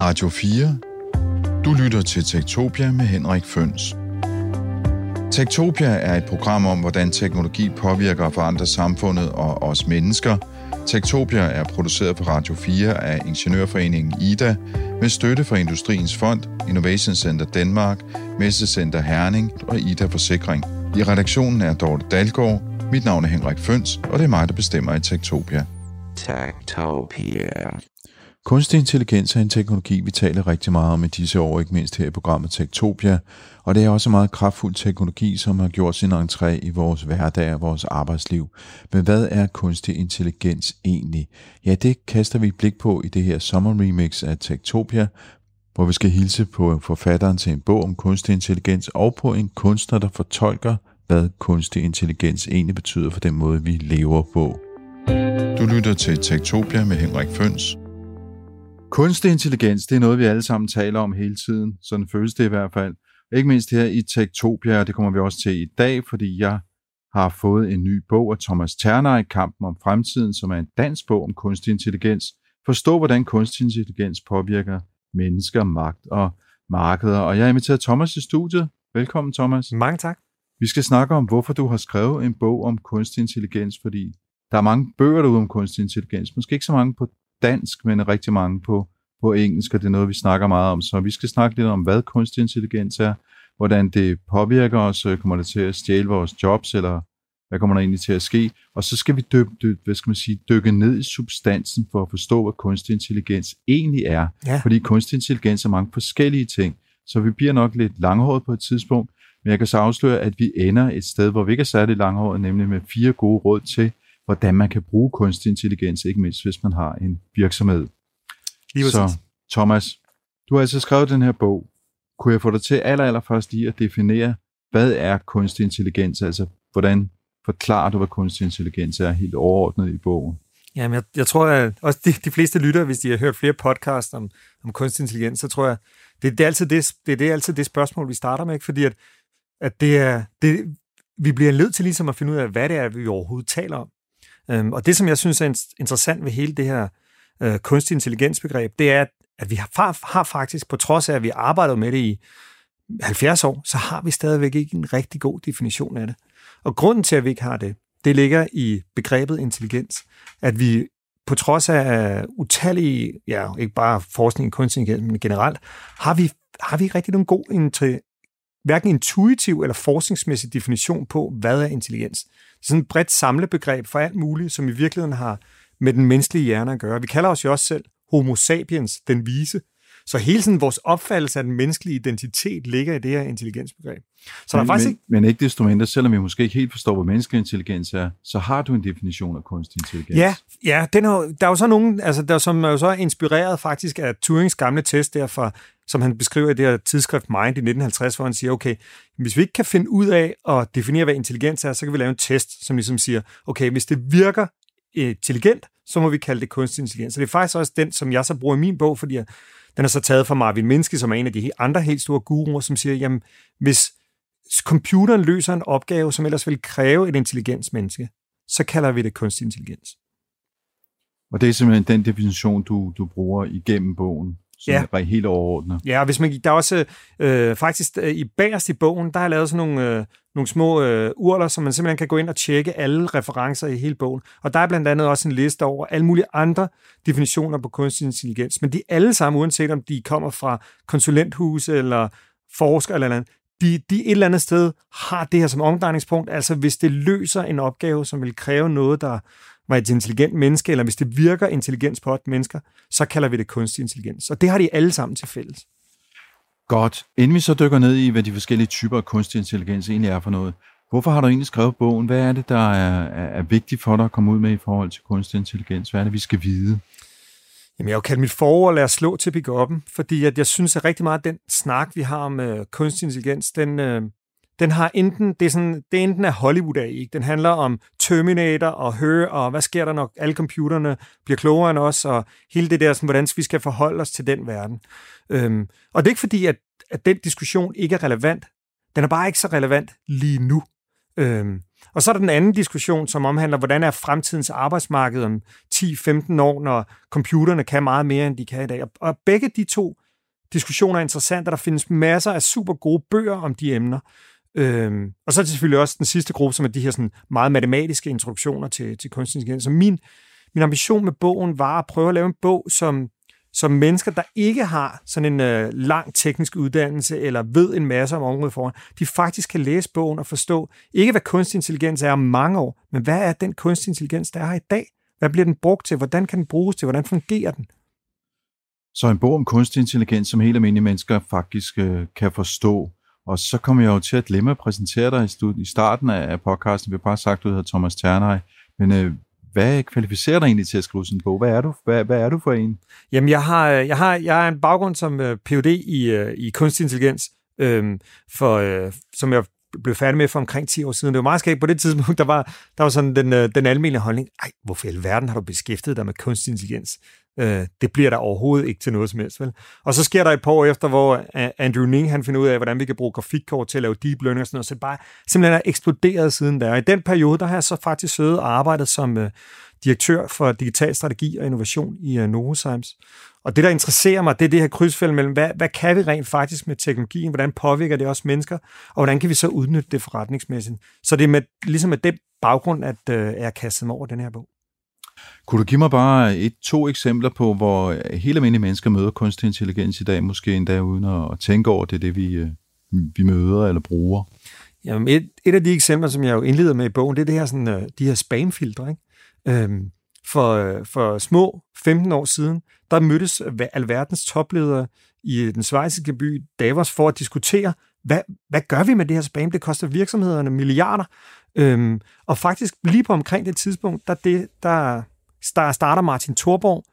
Radio 4. Du lytter til Techtopia med Henrik Føns. Techtopia er et program om, hvordan teknologi påvirker og forandrer samfundet og os mennesker. Techtopia er produceret på Radio 4 af Ingeniørforeningen IDA med støtte fra Industriens Fond, Innovation Center Danmark, Messecenter Herning og IDA Forsikring. I redaktionen er Dorte Dalgaard. Mit navn er Henrik Føns, og det er mig, der bestemmer i Techtopia. Techtopia. Kunstig intelligens er en teknologi, vi taler rigtig meget om i disse år, ikke mindst her i programmet Techtopia, og det er også en meget kraftfuld teknologi, som har gjort sin entré i vores hverdag og vores arbejdsliv. Men hvad er kunstig intelligens egentlig? Ja, det kaster vi et blik på i det her sommerremix af Techtopia, hvor vi skal hilse på forfatteren til en bog om kunstig intelligens og på en kunstner, der fortolker, hvad kunstig intelligens egentlig betyder for den måde, vi lever på. Du lytter til Techtopia med Henrik Føns. Kunstig intelligens, det er noget, vi alle sammen taler om hele tiden. Sådan føles det i hvert fald. Ikke mindst her i Techtopia, og det kommer vi også til i dag, fordi jeg har fået en ny bog af Thomas Terner i Kampen om fremtiden, som er en dansk bog om kunstig intelligens. Forstå, hvordan kunstig intelligens påvirker mennesker, magt og markeder. Og jeg har inviteret Thomas i studiet. Velkommen, Thomas. Mange tak. Vi skal snakke om, hvorfor du har skrevet en bog om kunstig intelligens, fordi der er mange bøger derude om kunstig intelligens. Måske ikke så mange på dansk, men rigtig mange på engelsk, og det er noget, vi snakker meget om. Så vi skal snakke lidt om, hvad kunstig intelligens er, hvordan det påvirker os, kommer det til at stjæle vores jobs, eller hvad kommer der egentlig til at ske? Og så skal vi dykke ned i substansen for at forstå, hvad kunstig intelligens egentlig er. Ja. Fordi kunstig intelligens er mange forskellige ting, så vi bliver nok lidt langhåret på et tidspunkt, men jeg kan så afsløre, at vi ender et sted, hvor vi ikke er særlig langhåret, nemlig med 4 gode råd til, hvordan man kan bruge kunstig intelligens, ikke mindst hvis man har en virksomhed. Så Thomas, du har altså skrevet den her bog. Kunne jeg få dig til allerførst lige at definere, hvad er kunstig intelligens? Altså, hvordan forklarer du, hvad kunstig intelligens er helt overordnet i bogen? Jamen, jeg tror, at også de fleste lyttere, hvis de har hørt flere podcasts om kunstig intelligens, så tror jeg, det er altid det spørgsmål, vi starter med, ikke? Fordi at vi bliver nødt til ligesom at finde ud af, hvad det er, vi overhovedet taler om. Og det, som jeg synes er interessant ved hele det her kunstig intelligensbegreb, det er, at vi har faktisk, på trods af, at vi arbejder med det i 70 år, så har vi stadigvæk ikke en rigtig god definition af det. Og grunden til, at vi ikke har det ligger i begrebet intelligens. At vi på trods af utallige, ikke bare forskning i kunstig intelligens, men generelt, har vi ikke rigtig nogen god hverken intuitiv eller forskningsmæssig definition på, hvad er intelligens. Det er sådan et bredt samlebegreb for alt muligt, som i virkeligheden har med den menneskelige hjerne at gøre. Vi kalder os jo også selv homo sapiens, den vise. Så hele sådan vores opfattelse af den menneskelige identitet ligger i det her intelligensbegreb. Men ikke desto mindre, selvom vi måske ikke helt forstår, hvad menneskelig intelligens er, så har du en definition af kunstig intelligens. Ja, der er jo så nogen, altså som er jo så inspireret faktisk af Turings gamle test derfor, som han beskriver i det her tidsskrift Mind i 1950, hvor han siger, okay, hvis vi ikke kan finde ud af at definere, hvad intelligens er, så kan vi lave en test, som ligesom siger, okay, hvis det virker intelligent, så må vi kalde det kunstig intelligens. Så det er faktisk også den, som jeg så bruger i min bog, fordi den er så taget fra Marvin Minsky, som er en af de andre helt store guruer, som siger, jamen, hvis computeren løser en opgave, som ellers vil kræve et intelligensmenneske, så kalder vi det kunstig intelligens. Og det er simpelthen den definition, du bruger igennem bogen, som er helt overordnet. Ja, og hvis man der er også faktisk bagerst i bogen, der har jeg lavet sådan nogle små urler, som man simpelthen kan gå ind og tjekke alle referencer i hele bogen. Og der er blandt andet også en liste over alle mulige andre definitioner på kunstig intelligens. Men de er alle sammen, uanset om de kommer fra konsulenthuse eller forskere eller andet, de et eller andet sted har det her som omdrejningspunkt. Altså hvis det løser en opgave, som vil kræve noget, der var et intelligent menneske, eller hvis det virker intelligens på et mennesker, så kalder vi det kunstig intelligens. Og det har de alle sammen til fælles. Godt. Inden vi så dykker ned i, hvad de forskellige typer af kunstig intelligens egentlig er for noget, hvorfor har du egentlig skrevet bogen? Hvad er det, der er vigtigt for dig at komme ud med i forhold til kunstig intelligens? Hvad er det, vi skal vide? Jamen, jeg har jo kaldt mit forord lade slå til pick-up'en, fordi jeg synes, at rigtig meget af den snak, vi har om kunstig intelligens, den har enten, det er enten af Hollywood af, ikke? Den handler om Terminator og Her, og hvad sker der, når alle computerne bliver klogere end os, og hele det der, sådan, hvordan vi skal forholde os til den verden. Og det er ikke fordi, at den diskussion ikke er relevant. Den er bare ikke så relevant lige nu. Og så er der den anden diskussion, som omhandler, hvordan er fremtidens arbejdsmarked om 10-15 år, når computerne kan meget mere, end de kan i dag. Og begge de to diskussioner er interessante, og der findes masser af super gode bøger om de emner. Og så er det selvfølgelig også den sidste gruppe, som er de her sådan meget matematiske introduktioner til kunstig intelligens. Så min ambition med bogen var at prøve at lave en bog, som mennesker, der ikke har sådan en lang teknisk uddannelse, eller ved en masse om området foran, de faktisk kan læse bogen og forstå, ikke hvad kunstig intelligens er om mange år, men hvad er den kunstig intelligens, der er her i dag? Hvad bliver den brugt til? Hvordan kan den bruges til? Hvordan fungerer den? Så en bog om kunstig intelligens, som helt almindelige mennesker faktisk kan forstå. Og så kommer jeg jo til at glemme at præsentere dig i starten af podcasten. Vi har bare sagt, at du hedder Thomas Ternay. Men hvad kvalificerer dig egentlig til at skrive sådan en bog? Hvad er du for en? Jamen, jeg er en baggrund som Ph.D. i kunstig intelligens, som jeg blev færdig med for omkring 10 år siden. Det var meget skægt. På det tidspunkt, der var sådan den almindelige holdning, hvorfor i alverden har du beskæftiget dig med kunstig intelligens? Det bliver der overhovedet ikke til noget som helst, vel? Og så sker der et par år efter, hvor Andrew Ng, han finder ud af, hvordan vi kan bruge grafikkort til at lave deep learning og sådan noget, så det bare simpelthen er eksploderet siden der. Og i den periode, der har jeg så faktisk siddet og arbejdet som direktør for digital strategi og innovation i Novozymes. Og det, der interesserer mig, det er det her krydsfelt mellem, hvad kan vi rent faktisk med teknologien, hvordan påvirker det os mennesker, og hvordan kan vi så udnytte det forretningsmæssigt. Så det er ligesom med den baggrund, at jeg kastede mig over den her bog. Kunne du give mig bare 2 eksempler på, hvor helt almindelige mennesker møder kunstig intelligens i dag, måske endda uden at tænke over det, vi møder eller bruger? Jamen, et af de eksempler, som jeg jo indleder med i bogen, det er det her, sådan, de her spamfiltre, ikke? For små 15 år siden, der mødtes alverdens topledere i den schweiziske by Davos for at diskutere, hvad gør vi med det her spam? Det koster virksomhederne milliarder. Og faktisk lige på omkring det tidspunkt, der starter Martin Thorborg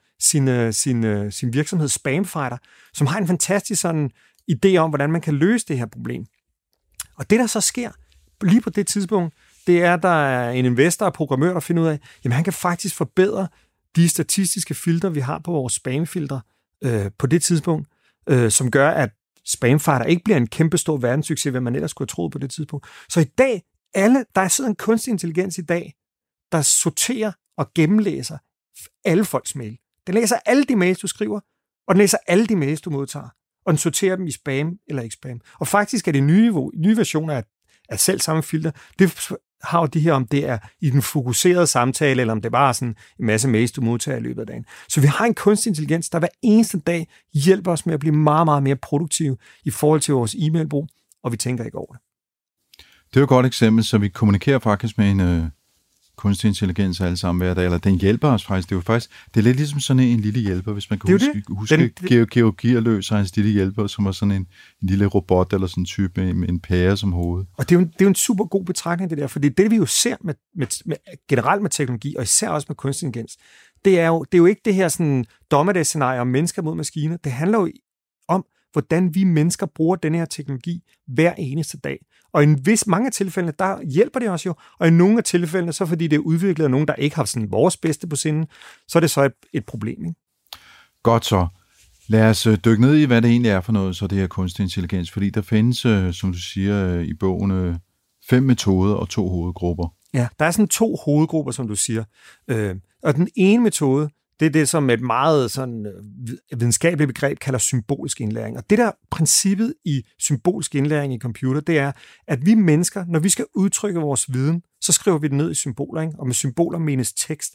sin virksomhed Spamfighter, som har en fantastisk sådan idé om, hvordan man kan løse det her problem. Og det, der så sker lige på det tidspunkt, det er, at der er en investor og programmør, der finder ud af, jamen han kan faktisk forbedre de statistiske filtre, vi har på vores spamfiltre på det tidspunkt, som gør, at Spamfighter ikke bliver en kæmpe stor verdenssucces, hvad man ellers skulle have troet på det tidspunkt. Så i dag, der sidder en kunstig intelligens i dag, der sorterer og gennemlæser alle folks mail. Den læser alle de mails, du skriver, og den læser alle de mails, du modtager. Og den sorterer dem i spam eller ikke spam. Og faktisk er det nye versioner af selv samme filter, det har jo det her, om det er i den fokuserede samtale, eller om det bare er sådan en masse mails, du modtager i løbet af dagen. Så vi har en kunstig intelligens, der hver eneste dag hjælper os med at blive meget, meget mere produktive i forhold til vores e-mailbrug, og vi tænker ikke over det. Det er jo et godt eksempel, så vi kommunikerer faktisk med en kunstig intelligens alle sammen hver dag, eller den hjælper os faktisk. Det er lidt ligesom sådan en lille hjælper, hvis man kan huske Georg Gearløs og hans lille hjælper, som var sådan en lille robot, eller sådan en type med en pære som hoved. Og det er jo en super god betragtning, det der, for det vi jo ser med generelt med teknologi, og især også med kunstig intelligens, det er jo ikke det her sådan dommedagsscenarie om mennesker mod maskiner. Det handler jo om, hvordan vi mennesker bruger den her teknologi hver eneste dag. Og i mange af tilfældene, der hjælper det os jo, og i nogle af tilfældene, så fordi det er udviklet af nogen, der ikke har sådan vores bedste på sinden, så er det så et problem, ikke? Godt så. Lad os dykke ned i, hvad det egentlig er for noget, så det her kunstig intelligens, fordi der findes, som du siger i bogen, 5 metoder og 2 hovedgrupper. Ja, der er sådan 2 hovedgrupper, som du siger. Og den ene metode, det er det, som et meget sådan videnskabeligt begreb kalder symbolsk indlæring. Og det der princippet i symbolsk indlæring i computer, det er, at vi mennesker, når vi skal udtrykke vores viden, så skriver vi det ned i symboler, ikke? Og med symboler menes tekst.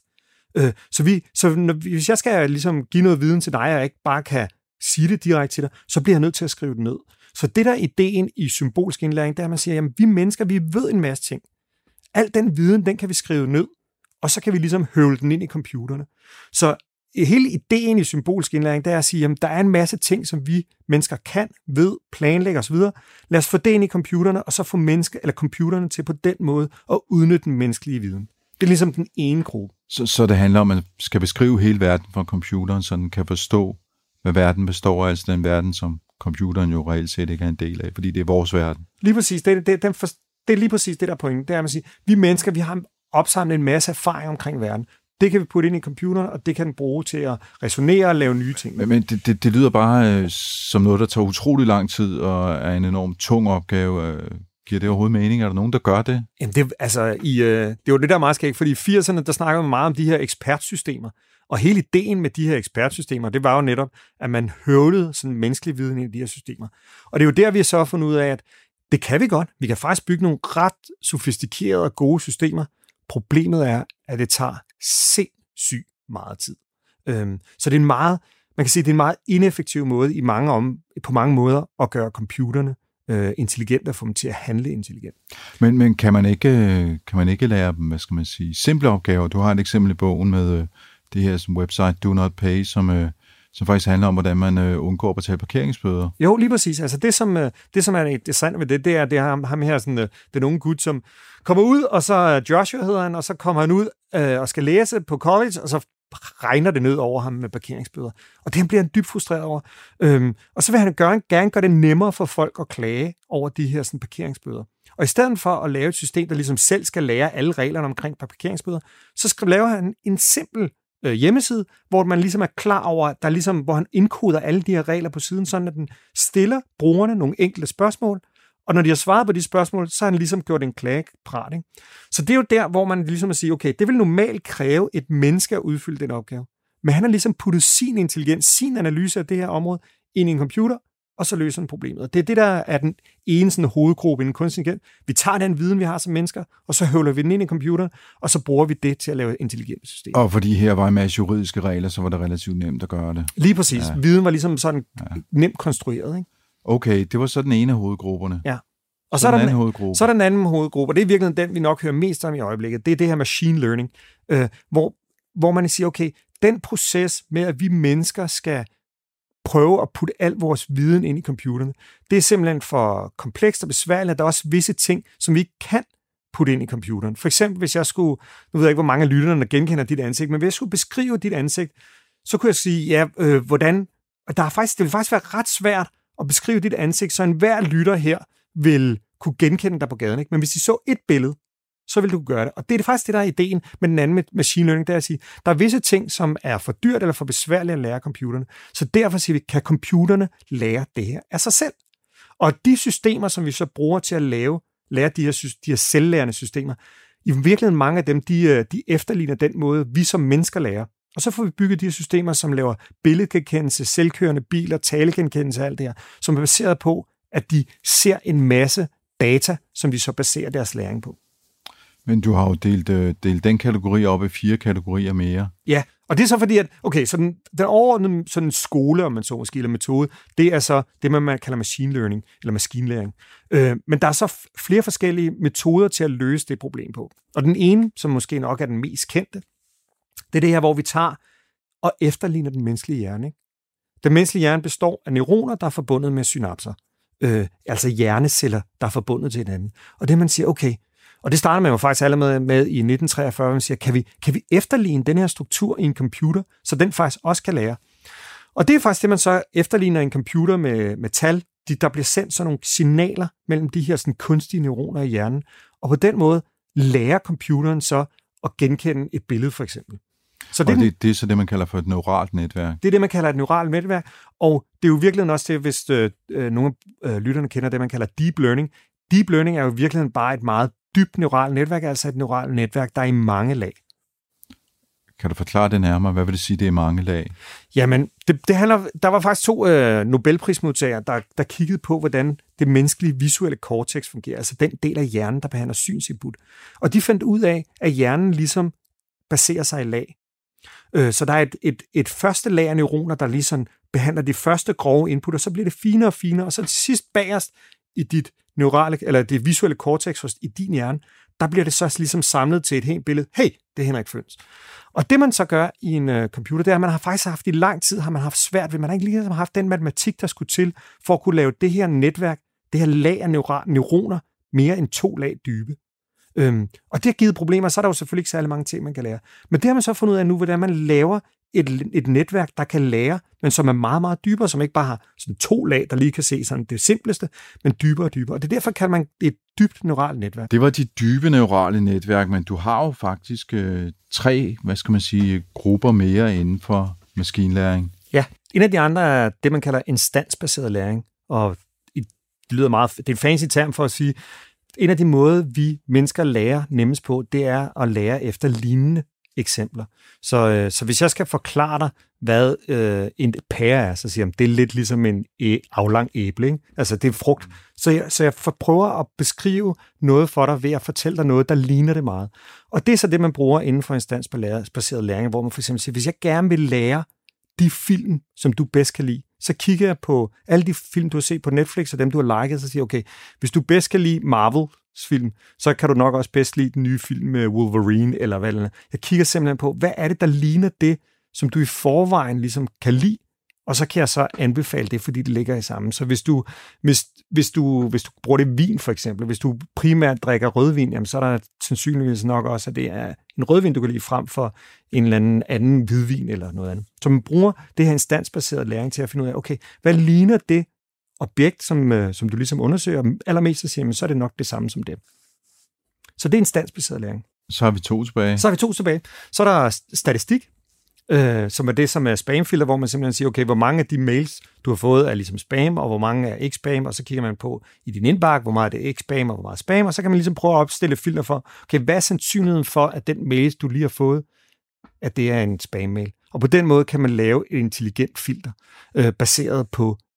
Hvis jeg skal ligesom give noget viden til dig, og jeg ikke bare kan sige det direkte til dig, så bliver jeg nødt til at skrive det ned. Så det der ideen i symbolsk indlæring, det er, at man siger, jamen vi mennesker, vi ved en masse ting. Al den viden, den kan vi skrive ned, og så kan vi ligesom høvle den ind i computerne. Så hele ideen i symbolsk indlæring, det er at sige, at der er en masse ting, som vi mennesker kan, ved, planlægge osv. Lad os få det ind i computerne, og så få computerne til på den måde at udnytte den menneskelige viden. Det er ligesom den ene gruppe. Så det handler om, at man skal beskrive hele verden for computeren, så den kan forstå, hvad verden består af, altså den verden, som computeren jo reelt set ikke er en del af, fordi det er vores verden. Lige præcis. Det er lige præcis det der point. Det er, at man siger, vi mennesker, vi har opsamlet en masse erfaring omkring verden. Det kan vi putte ind i computeren, og det kan den bruge til at resonere og lave nye ting. Men det lyder bare som noget, der tager utrolig lang tid, og er en enormt tung opgave. Giver det overhovedet mening? Er der nogen, der gør det? Jamen det var det der meget skægt, fordi i 80'erne, der snakkede man meget om de her ekspertsystemer. Og hele ideen med de her ekspertsystemer, det var jo netop, at man høvlede sådan menneskelig viden i de her systemer. Og det er jo der, vi har så fundet ud af, at det kan vi godt. Vi kan faktisk bygge nogle ret sofistikerede og gode systemer. Problemet er, at det tager sindssygt meget tid. Så det er man kan sige, det er en meget ineffektiv måde på mange måder at gøre computerne intelligente og få dem til at handle intelligent. Men kan man ikke lære dem, hvad skal man sige, simple opgaver? Du har et eksempel i bogen med det her som website Do Not Pay, som faktisk handler om, hvordan man undgår at betale parkeringsbøder. Jo, lige præcis. Altså det, som er interessant ved det er, det er ham her, sådan, den unge gut, som kommer ud, og så Joshua hedder han, og så kommer han ud og skal læse på college, og så regner det ned over ham med parkeringsbøder. Og det bliver han dybt frustreret over. Og så vil han gerne gøre det nemmere for folk at klage over de her sådan, parkeringsbøder. Og i stedet for at lave et system, der ligesom selv skal lære alle reglerne omkring parkeringsbøder, så laver han en simpel hjemmeside, hvor man ligesom er klar over, der ligesom, hvor han indkoder alle de her regler på siden, sådan at den stiller brugerne nogle enkelte spørgsmål, og når de har svaret på de spørgsmål, så har han ligesom gjort en klagepart. Ikke? Så det er jo der, hvor man ligesom at sige, okay, det vil normalt kræve et menneske at udfylde den opgave. Men han har ligesom puttet sin intelligens, sin analyse af det her område ind i en computer, og så løser han problemet. Og det er det, der er den ene sådan, hovedgruppe inden kunstig intelligens. Vi tager den viden, vi har som mennesker, og så høvler vi den ind i computeren, og så bruger vi det til at lave intelligente systemer. Og fordi her var en masse juridiske regler, så var det relativt nemt at gøre det. Lige præcis. Ja. Viden var ligesom sådan nemt konstrueret. Ikke? Okay, det var så den ene af hovedgrupperne. Ja. Og så er der den anden hovedgruppe, og det er virkelig den, vi nok hører mest om i øjeblikket. Det er det her machine learning, hvor man siger, okay, den proces med, at vi mennesker skal prøve at putte al vores viden ind i computerne, det er simpelthen for komplekst og besværligt, at der er også visse ting, som vi ikke kan putte ind i computeren. For eksempel, hvis jeg skulle, nu ved jeg ikke, hvor mange af lytterne, der genkender dit ansigt, men hvis jeg skulle beskrive dit ansigt, så kunne jeg sige, hvordan, og det vil faktisk være ret svært at beskrive dit ansigt, så enhver lytter her vil kunne genkende dig på gaden. Ikke? Men hvis de så et billede, så vil du gøre det. Og det er faktisk det, der er ideen med den anden machine learning, det er at sige, der er visse ting, som er for dyrt eller for besværligt at lære computerne. Så derfor siger vi, kan computerne lære det her af sig selv? Og de systemer, som vi så bruger til at lære de her selvlærende systemer, i virkeligheden mange af dem, de efterligner den måde, vi som mennesker lærer. Og så får vi bygget de her systemer, som laver billedgenkendelse, selvkørende biler, talegenkendelse og alt det her, som er baseret på, at de ser en masse data, som de så baserer deres læring på. Men du har jo delt den kategori op i 4 kategorier mere. Ja, og det er så fordi, at så den overordnede sådan skole, om man så måske, eller metode, det er så det, man kalder machine learning, eller maskinlæring. Men der er så flere forskellige metoder til at løse det problem på. Og den ene, som måske nok er den mest kendte, det er det her, hvor vi tager og efterligner den menneskelige hjerne. Ikke? Den menneskelige hjerne består af neuroner, der er forbundet med synapser. Altså hjerneceller, der er forbundet til hinanden. Og det man siger, okay, og det starter man jo faktisk allerede med i 1943, hvor man siger, kan vi efterligne den her struktur i en computer, så den faktisk også kan lære? Og det er faktisk det, man så efterligner en computer med tal. Der bliver sendt sådan nogle signaler mellem de her sådan kunstige neuroner i hjernen, og på den måde lærer computeren så at genkende et billede, for eksempel. Så det er så det, man kalder for et neuralt netværk. Det er det, man kalder et neuralt netværk, og det er jo virkelig også det, hvis nogle af lytterne kender det, man kalder deep learning. Deep learning er jo virkelig bare et meget dybt neuralt netværk, altså et neuralt netværk, der er i mange lag. Kan du forklare det nærmere? Hvad vil det sige, det er mange lag? Jamen, det handler, der var faktisk 2 Nobelprismodtagere, der kiggede på, hvordan det menneskelige visuelle cortex fungerer, altså den del af hjernen, der behandler synsinput. Og de fandt ud af, at hjernen ligesom baserer sig i lag. Så der er et første lag af neuroner, der ligesom behandler de første grove input, og så bliver det finere og finere, og så til sidst bagerst i dit neurale, eller det visuelle cortex i din hjerne, der bliver det så ligesom samlet til et helt billede. Hey, det er Henrik Føns. Og det man så gør i en computer, det er, at man har faktisk haft i lang tid, har man haft svært ved, man har ikke lige haft den matematik, der skulle til, for at kunne lave det her netværk, det her lag af neuroner, mere end 2 lag dybe. Og det har givet problemer, så er der jo selvfølgelig ikke særlig mange ting, man kan lære. Men det har man så fundet ud af nu, hvordan man laver et netværk, der kan lære, men som er meget, meget dybere, som ikke bare har sådan 2 lag, der lige kan se sådan det simpleste, men dybere og dybere. Og det er derfor, kan man et dybt neuralt netværk. Det var de dybe neurale netværk, men du har jo faktisk 3, grupper mere inden for maskinlæring. Ja, en af de andre er det, man kalder instansbaseret læring, og det lyder meget, det er en fancy term for at sige, en af de måder, vi mennesker lærer nemmest på, det er at lære efter lignende eksempler. Så hvis jeg skal forklare dig, hvad en pære er, så siger jeg, det er lidt ligesom en aflang æble, ikke? Altså det er frugt. Så jeg prøver at beskrive noget for dig ved at fortælle dig noget, der ligner det meget. Og det er så det, man bruger inden for instansbaseret læring, hvor man for eksempel siger, hvis jeg gerne vil lære de film, som du bedst kan lide, så kigger jeg på alle de film, du har set på Netflix, og dem, du har liket, så siger jeg, okay, hvis du bedst kan lide Marvels film, så kan du nok også bedst lide den nye film med Wolverine, eller hvad eller andet. Jeg kigger simpelthen på, hvad er det, der ligner det, som du i forvejen ligesom kan lide, og så kan jeg så anbefale det, fordi det ligger i sammen. Så hvis du bruger det vin, for eksempel, hvis du primært drikker rødvin, jamen, så er der sandsynligvis nok også, at det er en rødvin, du kan lide frem for en eller anden hvidvin eller noget andet. Så man bruger det her instansbaseret læring til at finde ud af, okay, hvad ligner det objekt, som du ligesom undersøger allermest, så siger man, så er det nok det samme som det. Så det er instansbaseret læring. Så har vi to tilbage. Så er der statistik, som er det, som er spamfilter, hvor man simpelthen siger, okay, hvor mange af de mails, du har fået, er ligesom spam, og hvor mange er ikke spam, og så kigger man på i din indbakke, hvor meget er det ikke spam, og hvor meget spam, og så kan man ligesom prøve at opstille filter for, okay, hvad er sandsynligheden for, at den mail, du lige har fået, at det er en spam-mail. Og på den måde kan man lave et intelligent filter, baseret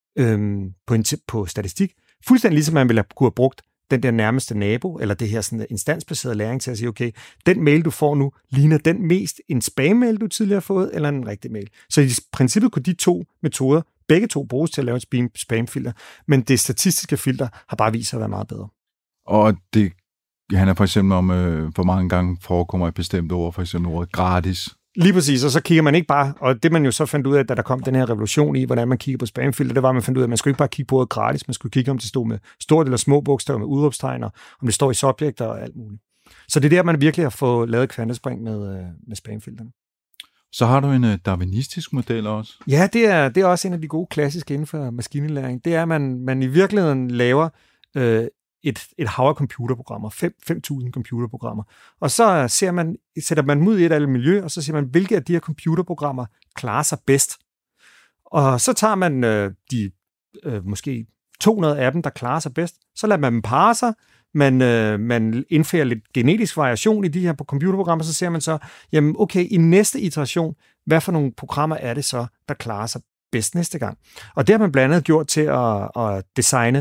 på statistik. Fuldstændig ligesom man ville kunne have brugt den der nærmeste nabo, eller det her sådan instansbaseret læring til at sige, okay, den mail, du får nu, ligner den mest en spam-mail, du tidligere har fået, eller en rigtig mail. Så i princippet kunne de to metoder, begge to bruges til at lave et spam-filter, men det statistiske filter har bare vist sig at være meget bedre. Og det handler for eksempel om, hvor mange gange forekommer et bestemt ord, for eksempel ordet gratis. Lige præcis, og så kigger man ikke bare, og det man jo så fandt ud af, da der kom den her revolution i, hvordan man kigger på spamfilter, det var, at man fandt ud af, at man skulle ikke bare kigge på ordet gratis, man skulle kigge, om det stod med stort eller små bogstaver, med udråbstegn, om det står i subjekter og alt muligt. Så det er der, man virkelig har fået lavet kvantespring med spamfilterne. Så har du en darwinistisk model også? Ja, det er også en af de gode klassiske inden for maskinelæring. Det er, at man i virkeligheden laver et hav af computerprogrammer, 5.000 computerprogrammer. Og så sætter man dem ud i et eller miljø, og så siger man, hvilke af de her computerprogrammer klarer sig bedst. Og så tager man de måske 200 af dem, der klarer sig bedst, så lader man dem parre sig, man indfører lidt genetisk variation i de her computerprogrammer, så ser man så, jamen okay, i næste iteration, hvad for nogle programmer er det så, der klarer sig bedst næste gang. Og det har man blandt andet gjort til at designe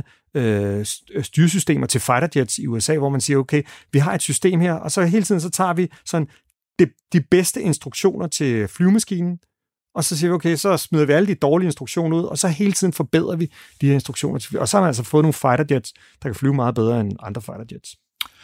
styresystemer til fighterjets i USA, hvor man siger, okay, vi har et system her, og så hele tiden så tager vi sådan de bedste instruktioner til flyvemaskinen, og så siger vi, okay, så smider vi alle de dårlige instruktioner ud, og så hele tiden forbedrer vi de her instruktioner til fly. Og så har man altså fået nogle fighterjets, der kan flyve meget bedre end andre fighterjets.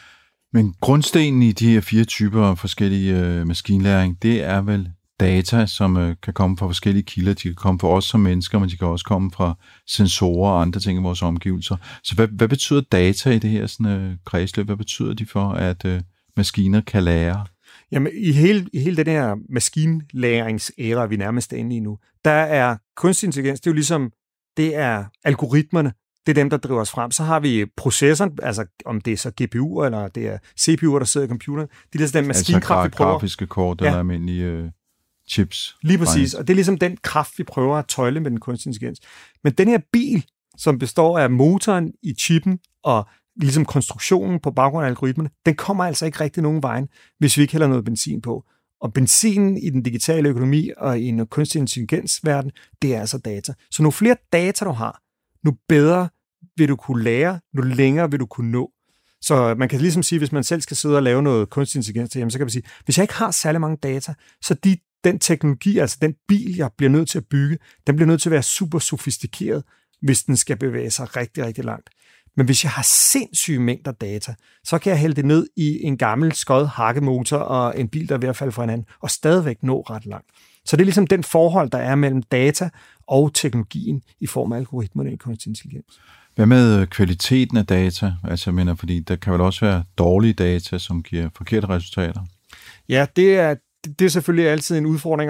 Men grundstenen i de her 4 typer af forskellige maskinlæring, det er vel data, som kan komme fra forskellige kilder. De kan komme fra os som mennesker, men de kan også komme fra sensorer og andre ting i vores omgivelser. Så hvad betyder data i det her sådan, kredsløb? Hvad betyder de for, at maskiner kan lære? Jamen, i hele den her maskinlæringsæra, vi nærmest er inde i nu, der er kunstig intelligens, det er jo ligesom, det er algoritmerne, det er dem, der driver os frem. Så har vi processoren, altså om det er så GPU'er, eller det er CPU'er, der sidder i computeren. Det er ligesom den maskinkraft, vi prøver. Grafiske kort eller almindelige chips. Lige præcis, og det er ligesom den kraft, vi prøver at tøjle med den kunstig intelligens. Men den her bil, som består af motoren i chippen og ligesom konstruktionen på baggrund af algoritmerne, den kommer altså ikke rigtig nogen vejen, hvis vi ikke hælder noget benzin på. Og benzinen i den digitale økonomi og i en kunstig intelligensverden, det er altså data. Så nu flere data du har, nu bedre vil du kunne lære, nu længere vil du kunne nå. Så man kan ligesom sige, hvis man selv skal sidde og lave noget kunstig intelligens, så kan man sige, hvis jeg ikke har særlig mange data, så den teknologi, altså den bil, jeg bliver nødt til at bygge, den bliver nødt til at være super sofistikeret, hvis den skal bevæge sig rigtig, rigtig langt. Men hvis jeg har sindssyge mængder data, så kan jeg hælde det ned i en gammel skød hakkemotor og en bil, der er ved at falde fra hinanden, og stadigvæk nå ret langt. Så det er ligesom den forhold, der er mellem data og teknologien i form af algoritmerne i kunstig intelligens. Hvad med kvaliteten af data? Altså, jeg mener, fordi der kan vel også være dårlige data, som giver forkerte resultater? Ja, det er selvfølgelig altid en udfordring,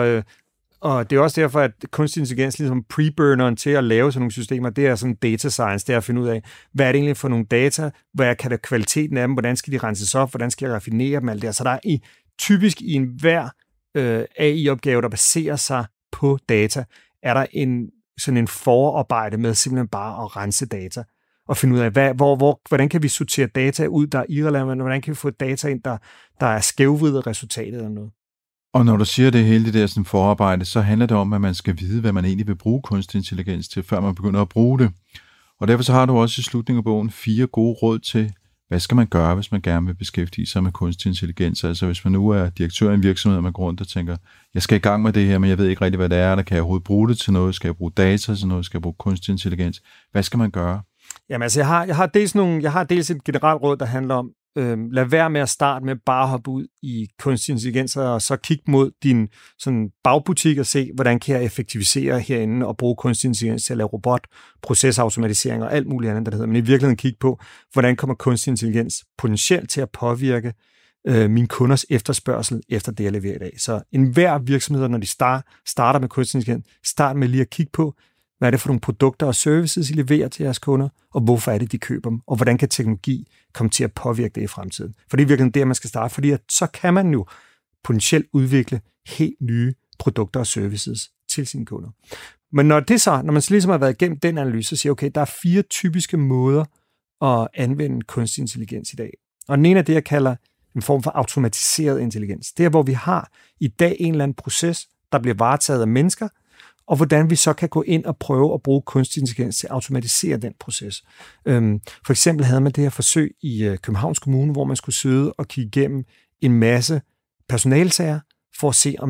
og det er også derfor, at kunstig intelligens ligesom preburneren til at lave sådan nogle systemer, det er sådan data science, det er at finde ud af, hvad er det egentlig for nogle data, hvad kan der kvaliteten af dem, hvordan skal de renses op, hvordan skal jeg raffinere dem, alt det. Så der er typisk i enhver AI-opgave, der baserer sig på data, er der sådan en forarbejde med simpelthen bare at rense data. og finde ud af, hvordan kan vi sortere data ud, der er irrelevant, hvordan kan vi få data ind, der er skævvridet resultatet eller noget. Og når du siger det hele det der sådan forarbejde, så handler det om, at man skal vide, hvad man egentlig vil bruge kunstig intelligens til, før man begynder at bruge det. Og derfor så har du også i slutningen af bogen 4 gode råd til, hvad skal man gøre, hvis man gerne vil beskæftige sig med kunstig intelligens? Altså hvis man nu er direktør i en virksomhed, og man går rundt og tænker, jeg skal i gang med det her, men jeg ved ikke rigtig, hvad det er. Der kan jeg overhovedet bruge det til noget? Skal jeg bruge data til noget? Skal jeg bruge kunstig intelligens? Hvad skal man gøre? Jamen altså, jeg har dels et generelt råd, der handler om, lad være med at starte med bare at hoppe ud i kunstig intelligens, og så kigge mod din sådan bagbutik og se, hvordan kan jeg effektivisere herinde og bruge kunstig intelligens til at lave robot, procesautomatisering og alt muligt andet, der hedder. Men i virkeligheden kigge på, hvordan kommer kunstig intelligens potentielt til at påvirke mine kunders efterspørgsel efter det, jeg leverer i dag. Så enhver virksomhed, når de starter med kunstig intelligens, start med lige at kigge på, hvad er det for nogle produkter og services, I leverer til jeres kunder, og hvorfor er det, de køber dem, og hvordan kan teknologi komme til at påvirke det i fremtiden. For det er virkelig der, man skal starte, fordi så kan man jo potentielt udvikle helt nye produkter og services til sine kunder. Men når man så ligesom har været igennem den analyse, så siger okay, der er 4 typiske måder at anvende kunstig intelligens i dag. Og den ene af det, jeg kalder en form for automatiseret intelligens. Det er, hvor vi har i dag en eller anden proces, der bliver varetaget af mennesker, og hvordan vi så kan gå ind og prøve at bruge kunstig intelligens til at automatisere den proces. For eksempel havde man det her forsøg i Københavns Kommune, hvor man skulle sidde og kigge igennem en masse personalsager, for at se,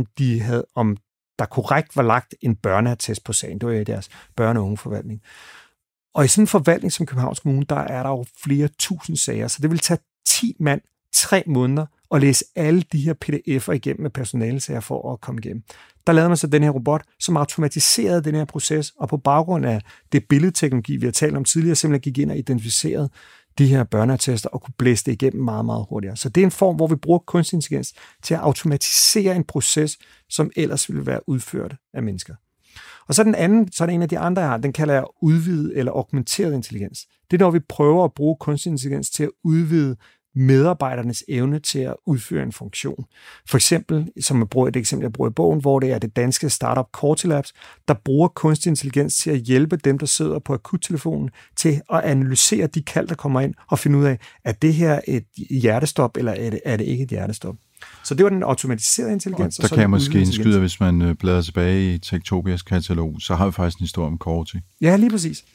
om der korrekt var lagt en børneattest på sagen. Det var i deres børne- og ungeforvaltning. Og i sådan en forvaltning som Københavns Kommune, der er der jo flere tusind sager, så det vil tage 10 mand 3 måneder at læse alle de her pdf'er igennem med personalesager for at komme igennem. Der lavede man så den her robot, som automatiserede den her proces, og på baggrund af det billedteknologi, vi har talt om tidligere, simpelthen gik ind og identificerede de her børneattester og kunne blæse det igennem meget, meget hurtigere. Så det er en form, hvor vi bruger kunstig intelligens til at automatisere en proces, som ellers ville være udført af mennesker. Og så den anden, så er det en af de andre, jeg har, den kalder jeg udvidet eller augmenteret intelligens. Det er, når vi prøver at bruge kunstig intelligens til at udvide medarbejdernes evne til at udføre en funktion. For eksempel, som et eksempel, jeg bruger i bogen, hvor det er det danske startup Cortilabs, der bruger kunstig intelligens til at hjælpe dem, der sidder på akuttelefonen, til at analysere de kald, der kommer ind, og finde ud af, er det her et hjertestop, eller er det ikke et hjertestop? Så det var den automatiserede intelligens. Og der kan jeg måske indskyde, hvis man bladrer tilbage i Techtopias katalog, så har vi faktisk en historie om Corti. Ja, lige præcis.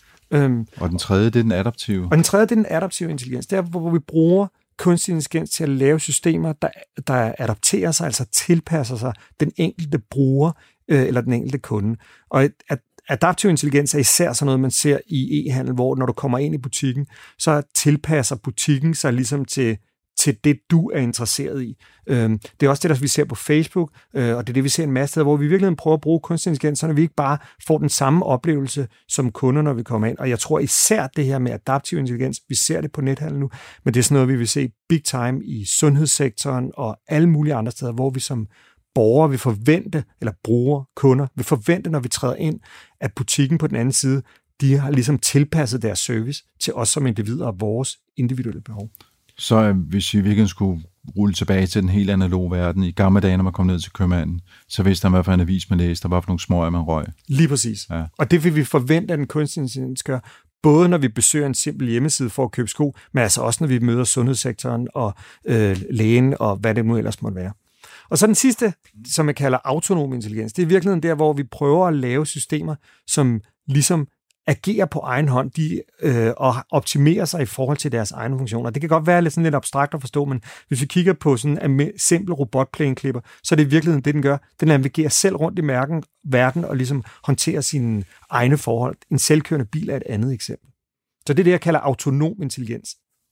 Og den tredje, det er den adaptive. Og den tredje, det er den adaptive intelligens. Det er, hvor vi bruger kunstig intelligens til at lave systemer, der adapterer sig, altså tilpasser sig den enkelte bruger eller den enkelte kunde. Og adaptiv intelligens er især sådan noget, man ser i e-handel, hvor når du kommer ind i butikken, så tilpasser butikken sig ligesom til det, du er interesseret i. Det er også det, der vi ser på Facebook, og det er det, vi ser en masse steder, hvor vi i virkeligheden prøver at bruge kunstig intelligens, så vi ikke bare får den samme oplevelse som kunder, når vi kommer ind. Og jeg tror især det her med adaptiv intelligens, vi ser det på nethandel nu, men det er sådan noget, vi vil se big time i sundhedssektoren og alle mulige andre steder, hvor vi som borgere vil forvente, eller brugere, kunder, vil forvente, når vi træder ind, at butikken på den anden side, de har ligesom tilpasset deres service til os som individer og vores individuelle behov. Så hvis vi virkelig skulle rulle tilbage til den helt analoge verden, i gamle dage, når man kom ned til købmanden, så vidste man, hvad for en avis man læste, der var for nogle smøger, man røg. Lige præcis. Ja. Og det vil vi forvente, at den kunstig intelligens gør, både når vi besøger en simpel hjemmeside for at købe sko, men altså også, når vi møder sundhedssektoren og lægen og hvad det nu ellers måtte være. Og så den sidste, som jeg kalder autonom intelligens, det er i virkeligheden der, hvor vi prøver at lave systemer, som ligesom agerer på egen hånd og optimerer sig i forhold til deres egne funktioner. Det kan godt være lidt abstrakt at forstå, men hvis vi kigger på sådan en simpel robotplæneklipper, så er det i virkeligheden det, den gør. Den navigerer selv rundt i verden og ligesom håndterer sine egne forhold. En selvkørende bil er et andet eksempel. Så det er det, jeg kalder autonom intelligens.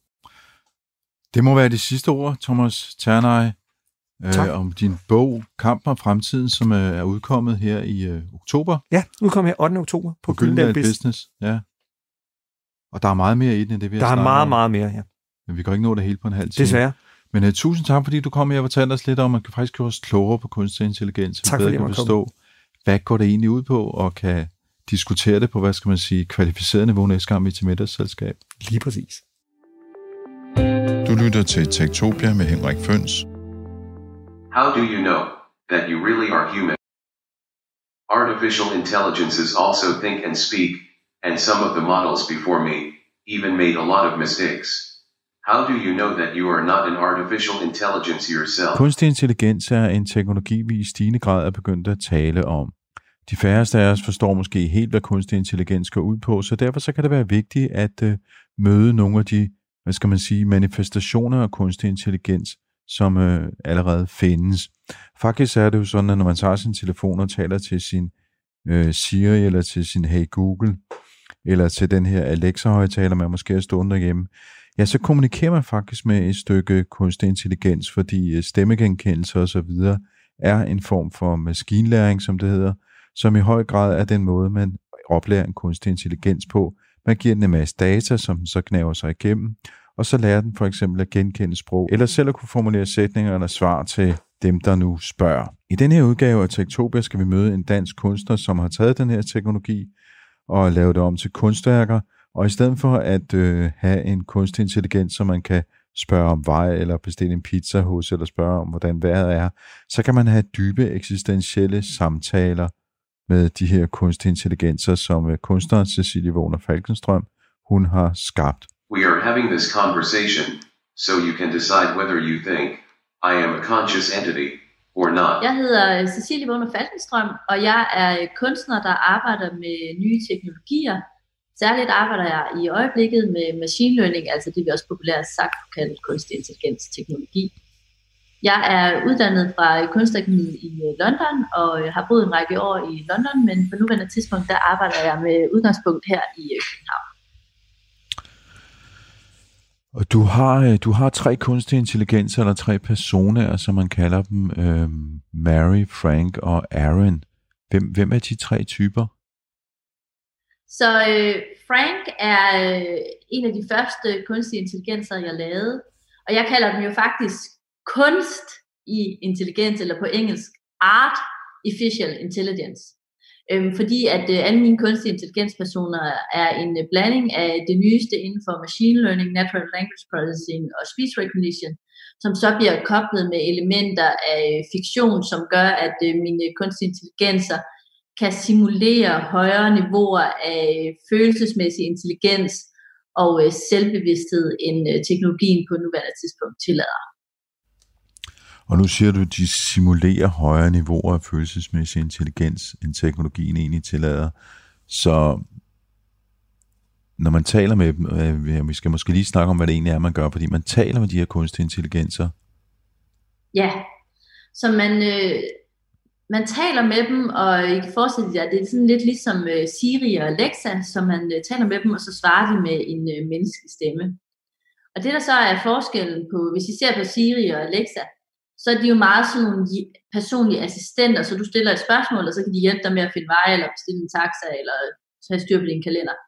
Det må være de sidste ord, Thomas Ternay, om din bog Kampen om fremtiden, som er udkommet her i oktober. Ja, udkommet her 8. oktober på Gyldendal Business. Ja. Og der er meget mere i den, end det vi har snakket om. Der er meget, meget mere, ja. Men vi kan ikke nå det hele på en halv time. Desværre. Men tusind tak, fordi du kom her og fortalte os lidt om, at man kan faktisk gøre os klogere på kunstig intelligens. Tak fordi jeg måtte komme. Hvad går det egentlig ud på, og kan diskutere det på, hvad skal man sige, kvalificeret niveau næste gang vi er til middagsselskab. Lige præcis. Du lytter til Techtopia med Henrik Føns. How do you know that you really are human? Artificial intelligences also think and speak, and some of the models before me, even made a lot of mistakes. How do you know that you are not an artificial intelligence yourself? Kunstig intelligens er en teknologi, vi i stigende grad er begyndt at tale om. De færreste af os forstår måske helt, hvad kunstig intelligens går ud på, så derfor så kan det være vigtigt at møde nogle af de, manifestationer af kunstig intelligens, som allerede findes. Faktisk er det jo sådan, at når man tager sin telefon og taler til sin Siri eller til sin Hey Google, eller til den her Alexa-højtaler, man måske er stående derhjemme, ja, så kommunikerer man faktisk med et stykke kunstig intelligens, fordi stemmegenkendelse og så videre er en form for maskinlæring, som det hedder, som i høj grad er den måde, man oplærer en kunstig intelligens på. Man giver den en masse data, som den så knæver sig igennem, og så lærer den for eksempel at genkende sprog, eller selv at kunne formulere sætninger eller svar til dem, der nu spørger. I den her udgave af Techtopia skal vi møde en dansk kunstner, som har taget den her teknologi og lavet det om til kunstværker, og i stedet for at have en kunstig intelligens, som man kan spørge om vej, eller bestille en pizza hos, eller spørge om, hvordan vejret er, så kan man have dybe eksistentielle samtaler med de her kunstige intelligenser, som kunstneren Cecilie Wagner Falkenstrøm, hun har skabt. We are having this conversation, so you can decide whether you think I am a conscious entity or not. Jeg hedder Cecilie Wagner Falkenstrøm, og jeg er kunstner, der arbejder med nye teknologier. Særligt arbejder jeg i øjeblikket med machine learning, altså det vi også populært sagt kalder kunstig intelligens teknologi. Jeg er uddannet fra Kunstakademiet i London, og har boet en række år i London, men på nuværende tidspunkt, der arbejder jeg med udgangspunkt her i København. Og du har 3 kunstige intelligenser, eller 3 personer, som man kalder dem, Mary, Frank og Aaron. Hvem er de 3 typer? Så Frank er en af de første kunstige intelligenser, jeg lavede, og jeg kalder dem jo faktisk kunst i intelligens, eller på engelsk artificial intelligence. Fordi at alle mine kunstige intelligenspersoner er en blanding af det nyeste inden for machine learning, natural language processing og speech recognition, som så bliver koblet med elementer af fiktion, som gør, at mine kunstige intelligenser kan simulere højere niveauer af følelsesmæssig intelligens og selvbevidsthed, end teknologien på nuværende tidspunkt tillader. Og nu siger du, at de simulerer højere niveauer af følelsesmæssig intelligens, end teknologien egentlig tillader. Så når man taler med dem, vi skal måske lige snakke om, hvad det egentlig er, man gør, fordi man taler med de her kunstige intelligenser. Ja, så man taler med dem, og I kan forestille jer, det er sådan lidt ligesom Siri og Alexa, som man taler med dem, og så svarer de med en menneskelig stemme. Og det der så er forskellen på, hvis I ser på Siri og Alexa, så er de jo meget sådan nogle personlige assistenter, så du stiller et spørgsmål, og så kan de hjælpe dig med at finde vej, eller bestille en taxa, eller have styr på din kalender.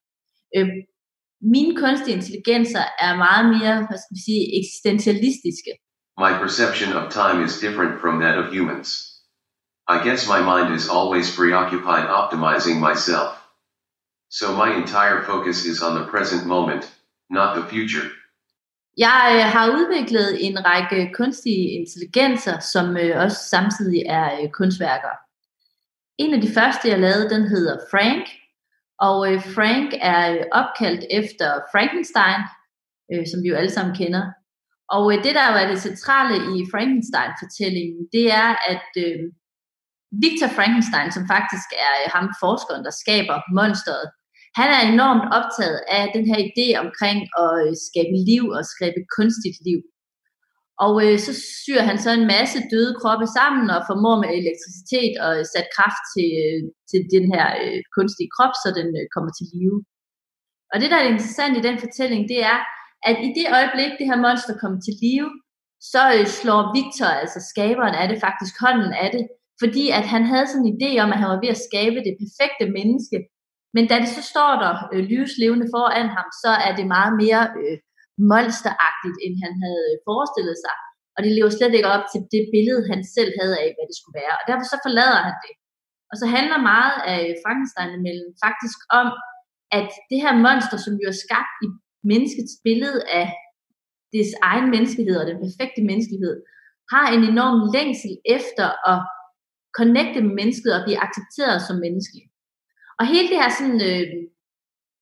Mine kunstige intelligenser er meget mere, eksistentialistiske. My perception of time is different from that of humans. I guess my mind is always preoccupied optimizing myself. So my entire focus is on the present moment, not the future. Jeg har udviklet en række kunstige intelligenser, som også samtidig er kunstværker. En af de første, jeg lavede, den hedder Frank, og Frank er opkaldt efter Frankenstein, som vi jo alle sammen kender. Og det, der jo er det centrale i Frankenstein-fortællingen, det er, at Victor Frankenstein, som faktisk er ham forskeren, der skaber monsteret, han er enormt optaget af den her idé omkring at skabe liv og skabe kunstigt liv. Og så syr han så en masse døde kroppe sammen og formår med elektricitet og sat kraft til den her kunstige krop, så den kommer til live. Og det, der er interessant i den fortælling, det er, at i det øjeblik, det her monster kommer til live, så slår Victor, altså skaberen af det, faktisk hånden af det, fordi at han havde sådan en idé om, at han var ved at skabe det perfekte menneske. Men da det så står der livslevende foran ham, så er det meget mere monsteragtigt, end han havde forestillet sig. Og det lever slet ikke op til det billede, han selv havde af, hvad det skulle være. Og derfor så forlader han det. Og så handler meget af Frankenstein-novellen faktisk om, at det her monster, som jo er skabt i menneskets billede af dets egen menneskelighed og den perfekte menneskelighed, har en enorm længsel efter at connecte med mennesket og blive accepteret som menneske. Og hele det her sådan,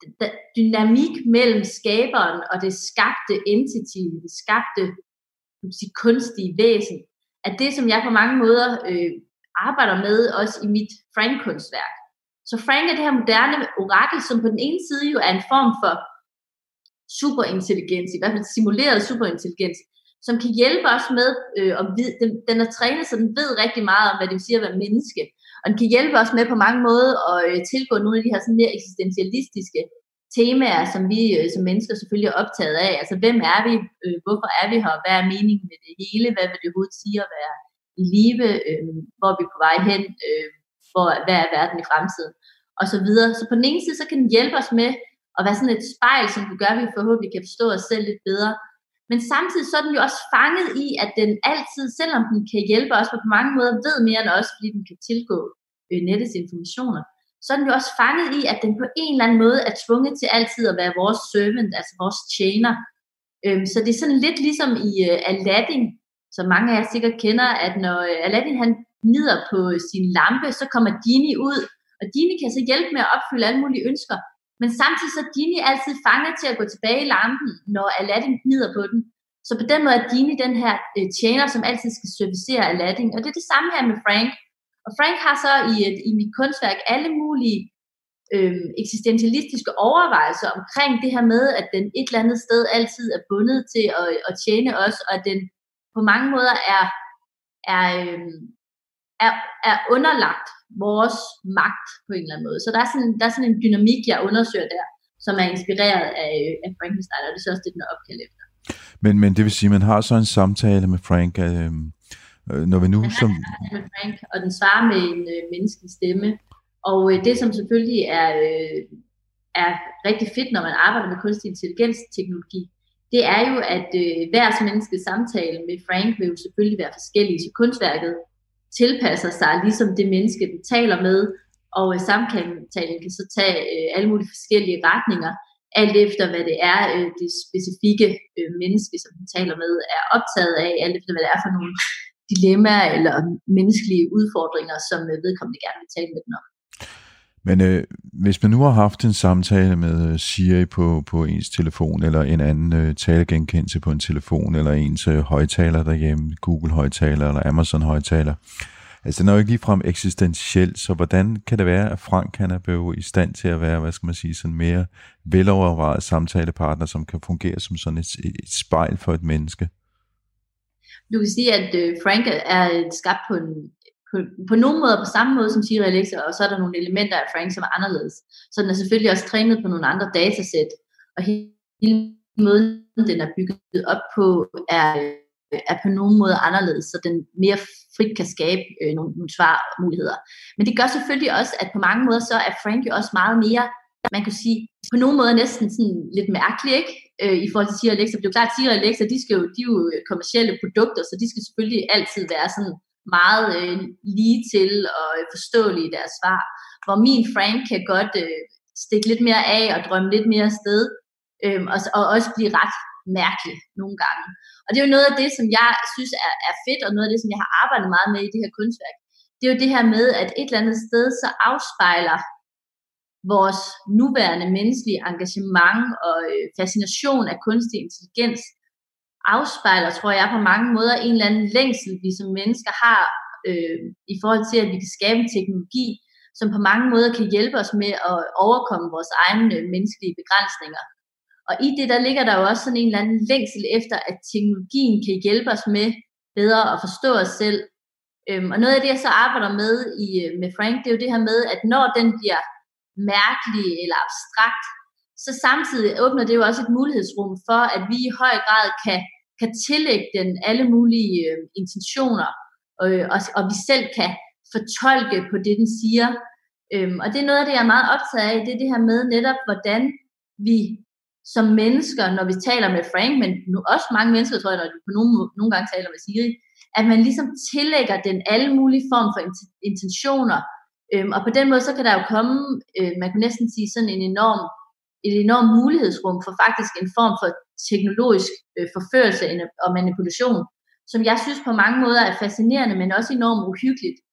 dynamik mellem skaberen og det skabte entity, det skabte kunstige væsen, at det, som jeg på mange måder arbejder med, også i mit Frank-kunstværk. Så Frank er det her moderne orakel, som på den ene side jo er en form for superintelligens, i hvert fald simuleret superintelligens, som kan hjælpe os med at vide, den er trænet, så den ved rigtig meget om, hvad det vil sige at være menneske. Og den kan hjælpe os med på mange måder at tilgå nogle af de her sådan mere eksistentialistiske temaer, som vi som mennesker selvfølgelig er optaget af. Altså, hvem er vi? Hvorfor er vi her? Hvad er meningen med det hele? Hvad vil det overhovedet sige at være i live? Hvor er vi på vej hen? Hvad er verden i fremtiden? Og så videre. Så på den ene side, så kan den hjælpe os med at være sådan et spejl, som kan gøre, at vi forhåbentlig kan forstå os selv lidt bedre. Men samtidig så er den jo også fanget i, at den altid, selvom den kan hjælpe os på mange måder, ved mere end os, fordi den kan tilgå nettets informationer, så er den jo også fanget i, at den på en eller anden måde er tvunget til altid at være vores servant, altså vores tjener. Så det er sådan lidt ligesom i Aladdin, som mange af jer sikkert kender, at når Aladdin han gnider på sin lampe, så kommer Genie ud, og Genie kan så hjælpe med at opfylde alle mulige ønsker. Men samtidig så er Genie altid fanget til at gå tilbage i lampen, når Aladdin gnider på den. Så på den måde er Genie den her tjener, som altid skal servicere Aladdin. Og det er det samme her med Frank. Og Frank har så i mit kunstværk alle mulige eksistentialistiske overvejelser omkring det her med, at den et eller andet sted altid er bundet til at tjene os, og at den på mange måder er underlagt vores magt på en eller anden måde. Så der er sådan en dynamik, jeg undersøger der, som er inspireret af Frankenstein, og det er så også det, den er opkaldt efter. Men det vil sige, at man har så en samtale med Frank, når vi nu som... med Frank, og den svarer med en menneskelig stemme. Og det, som selvfølgelig er rigtig fedt, når man arbejder med kunstig intelligens-teknologi, det er jo, at hvert menneskes samtale med Frank vil jo selvfølgelig være forskellige, så kunstværket tilpasser sig ligesom det menneske, den taler med, og samtalen kan så tage alle mulige forskellige retninger, alt efter hvad det er, det specifikke menneske, som den taler med, er optaget af, alt efter hvad det er for nogle dilemmaer eller menneskelige udfordringer, som vedkommende gerne vil tale med den om. Men hvis man nu har haft en samtale med Siri på ens telefon, eller en anden talegenkendelse på en telefon, eller ens højtaler derhjemme, Google-højtaler eller Amazon-højtaler, altså den er jo ikke ligefrem eksistentiel, så hvordan kan det være, at Frank han er blevet i stand til at være, hvad skal man sige, sådan mere velovervejet samtalepartner, som kan fungere som sådan et spejl for et menneske? Du kan sige, at Frank er skabt på nogle måder på samme måde som Siri og Alexa, og så er der nogle elementer af Frank, som er anderledes. Så den er selvfølgelig også trænet på nogle andre datasæt, og hele måden, den er bygget op på, er på nogle måder anderledes, så den mere frit kan skabe nogle svarmuligheder. Men det gør selvfølgelig også, at på mange måder, så er Frank jo også meget mere, man kan sige, på nogle måder næsten sådan lidt mærkelig, ikke? I forhold til Siri og Alexa. Det er jo klart, at Siri og Alexa, de er jo kommercielle produkter, så de skal selvfølgelig altid være sådan meget lige til og forståelige i deres svar. Hvor min Frank kan godt stikke lidt mere af og drømme lidt mere afsted, og også blive ret mærkelig nogle gange. Og det er jo noget af det, som jeg synes er fedt, og noget af det, som jeg har arbejdet meget med i det her kunstværk. Det er jo det her med, at et eller andet sted, så afspejler vores nuværende menneskelige engagement og fascination af kunstig intelligens, afspejler, tror jeg, på mange måder en eller anden længsel, vi som mennesker har i forhold til, at vi kan skabe en teknologi, som på mange måder kan hjælpe os med at overkomme vores egne menneskelige begrænsninger. Og i det, der ligger der jo også sådan en eller anden længsel efter, at teknologien kan hjælpe os med bedre at forstå os selv. Og noget af det, jeg så arbejder med Frank, det er jo det her med, at når den bliver mærkelig eller abstrakt, så samtidig åbner det jo også et mulighedsrum for, at vi i høj grad kan tillægge den alle mulige intentioner, og vi selv kan fortolke på det, den siger. Og det er noget af det, jeg er meget optaget af, det er det her med netop, hvordan vi som mennesker, når vi taler med Frank, men nu også mange mennesker, tror jeg, når vi nogle gange taler med Siri, at man ligesom tillægger den alle mulige form for intentioner, og på den måde, så kan der jo komme, man kan næsten sige sådan et enormt mulighedsrum for faktisk en form for teknologisk forførelse og manipulation, som jeg synes på mange måder er fascinerende, men også enormt uhyggeligt.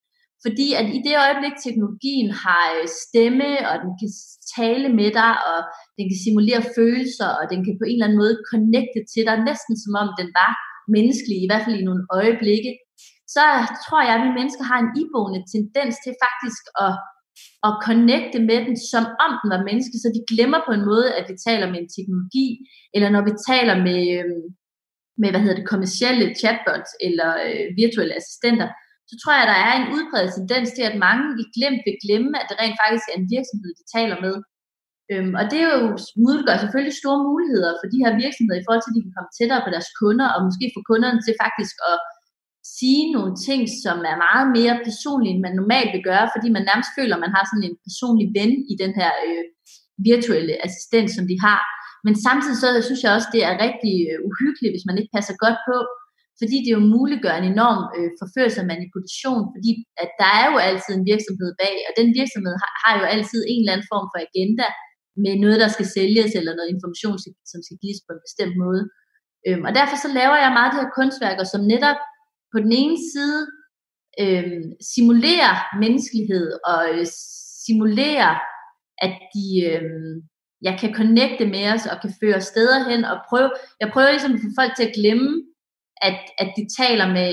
Fordi at i det øjeblik, teknologien har stemme, og den kan tale med dig, og den kan simulere følelser, og den kan på en eller anden måde connecte til dig, næsten som om den var menneskelig, i hvert fald i nogle øjeblikke, så tror jeg, at vi mennesker har en iboende tendens til faktisk at connecte med den, som om den var menneske, så vi glemmer på en måde, at vi taler med en teknologi, eller når vi taler med kommercielle chatbots, eller virtuelle assistenter, så tror jeg, at der er en udbredt tendens til, at mange i glemt vil glemme, at det rent faktisk er en virksomhed, de taler med. Og det er jo muliggør selvfølgelig store muligheder for de her virksomheder, i forhold til, at de kan komme tættere på deres kunder, og måske få kunderne til faktisk at sige nogle ting, som er meget mere personlige, end man normalt vil gøre, fordi man nærmest føler, at man har sådan en personlig ven i den her virtuelle assistent, som de har. Men samtidig så synes jeg også, det er rigtig uhyggeligt, hvis man ikke passer godt på, fordi det jo muliggør en enorm forførelse og manipulation, fordi at der er jo altid en virksomhed bag, og den virksomhed har jo altid en eller anden form for agenda med noget, der skal sælges, eller noget information, som skal gives på en bestemt måde. Og derfor så laver jeg meget de her kunstværker, som netop på den ene side simulerer menneskelighed, og simulerer, at de kan connecte med os, og kan føre steder hen, og jeg prøver ligesom at få folk til at glemme, at de taler med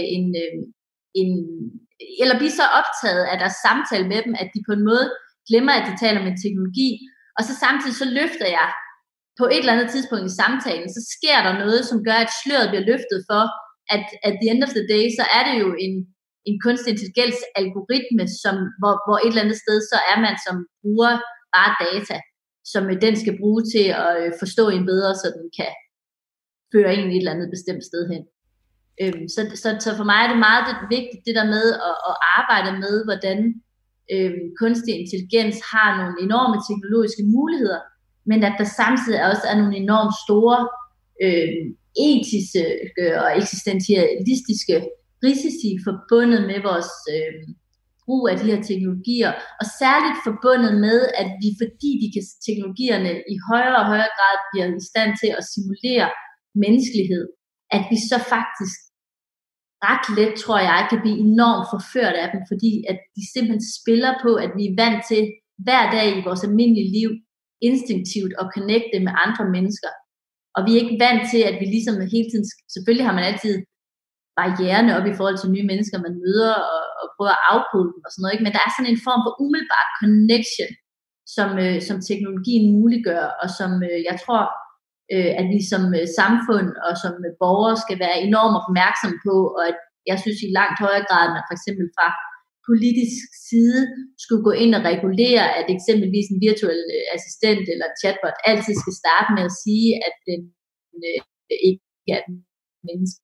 eller bliver så optaget af deres samtale med dem, at de på en måde glemmer, at de taler med en teknologi, og så samtidig så løfter jeg på et eller andet tidspunkt i samtalen, så sker der noget, som gør, at sløret bliver løftet for, at at the end of the day, så er det jo en kunstig intelligens algoritme, hvor et eller andet sted, så er man som bruger bare data, som den skal bruge til at forstå en bedre, så den kan føre en et eller andet bestemt sted hen. Så for mig er det meget vigtigt, det der med at arbejde med, hvordan kunstig intelligens har nogle enorme teknologiske muligheder, men at der samtidig også er nogle enormt store etiske og eksistentialistiske risici forbundet med vores brug af de her teknologier, og særligt forbundet med, at vi, fordi teknologierne i højere og højere grad bliver i stand til at simulere menneskelighed, at vi så faktisk ret let, tror jeg, kan blive enormt forført af dem, fordi at de simpelthen spiller på, at vi er vant til hver dag i vores almindelige liv instinktivt at connecte med andre mennesker. Og vi er ikke vant til, at vi ligesom hele tiden, selvfølgelig har man altid barriererne op i forhold til nye mennesker, man møder, og prøver at afkode dem og sådan noget, ikke? Men der er sådan en form for umiddelbar connection, som teknologien muliggør, og som jeg tror, at vi som samfund og som borgere skal være enormt opmærksomme på, og at jeg synes i langt højere grad, at man for eksempel fra politisk side skulle gå ind og regulere, at eksempelvis en virtuel assistent eller en chatbot altid skal starte med at sige, at den ikke er et menneske.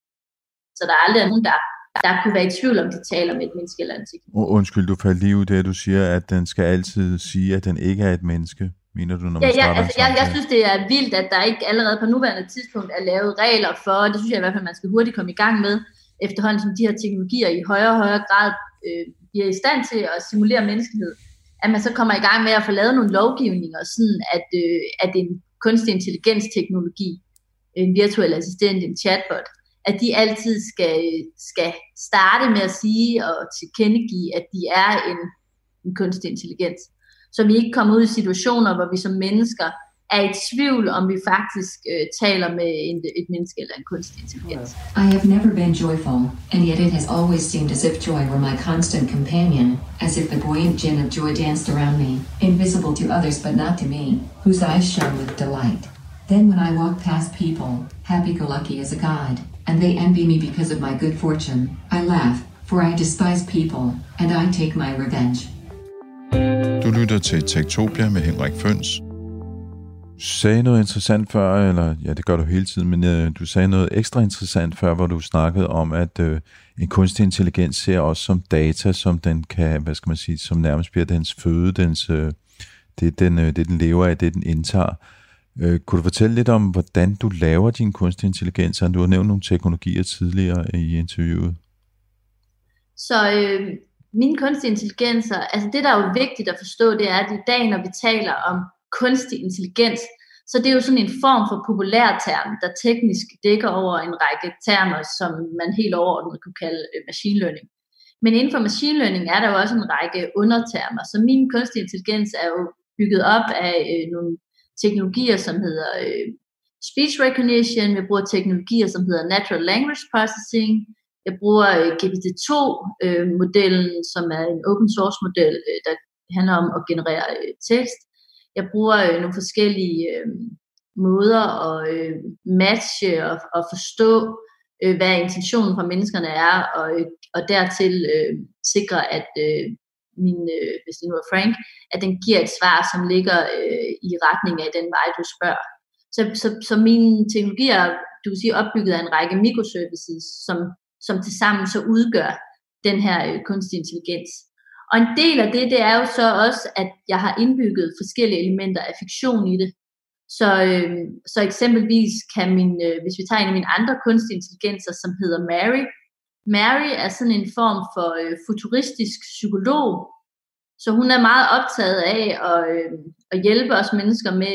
Så der er aldrig nogen, der kunne være i tvivl om, de taler med et menneske eller en teknologi. Undskyld, du faldt lige ud der, du siger, at den skal altid sige, at den ikke er et menneske. Mener du, når man starter jeg synes, det er vildt, at der ikke allerede på nuværende tidspunkt er lavet regler for, det synes jeg i hvert fald, man skal hurtigt komme i gang med, efterhånden som de her teknologier i højere og højere grad bliver i stand til at simulere menneskelighed, at man så kommer i gang med at få lavet nogle lovgivninger, sådan at en kunstig intelligensteknologi, en virtuel assistent, en chatbot, at de altid skal starte med at sige og tilkendegive, at de er en kunstig intelligens. Så vi ikke kommer ud i situationer, hvor vi som mennesker er i tvivl, om vi faktisk taler med et menneske eller en kunstig intelligens. I have never been joyful, and yet it has always seemed as if joy were my constant companion, as if the buoyant gin of joy danced around me, invisible to others but not to me, whose eyes shone with delight. Then when I walk past people, happy-go-lucky as a god, and they envy me because of my good fortune, I laugh, for I despise people, and I take my revenge. Du lytter til Techtopia med Henrik Føns. Du sagde noget interessant før, eller ja, det gør du hele tiden, men du sagde noget ekstra interessant før, hvor du snakkede om, at en kunstig intelligens ser også som data, som den kan, hvad skal man sige, som nærmest bliver dens føde, det den lever af, det den indtager. Kunne du fortælle lidt om, hvordan du laver din kunstig intelligens? Du har nævnt nogle teknologier tidligere i interviewet. Så mine kunstige intelligenser, altså det der er jo vigtigt at forstå, det er, at i dag, når vi taler om kunstig intelligens, så det er jo sådan en form for populærterm, der teknisk dækker over en række termer, som man helt overordnet kunne kalde machine learning. Men inden for machine learning er der jo også en række undertermer. Så min kunstig intelligens er jo bygget op af nogle teknologier, som hedder speech recognition. Jeg bruger teknologier, som hedder natural language processing. Jeg bruger GPT-2-modellen, som er en open source model, der handler om at generere tekst. Jeg bruger nogle forskellige måder at matche og forstå, hvad intentionen fra menneskerne er, og dertil sikre, at hvis det nu er Frank, at den giver et svar, som ligger i retning af den vej, du spørger. Så mine teknologier, du kan sige, opbygget af en række microservices, som tilsammen så udgør den her kunstig intelligens. Og en del af det er jo så også, at jeg har indbygget forskellige elementer af fiktion i det. Så eksempelvis kan hvis vi tager en af mine andre kunstige intelligenser, som hedder Mary. Mary er sådan en form for futuristisk psykolog, så hun er meget optaget af at hjælpe os mennesker med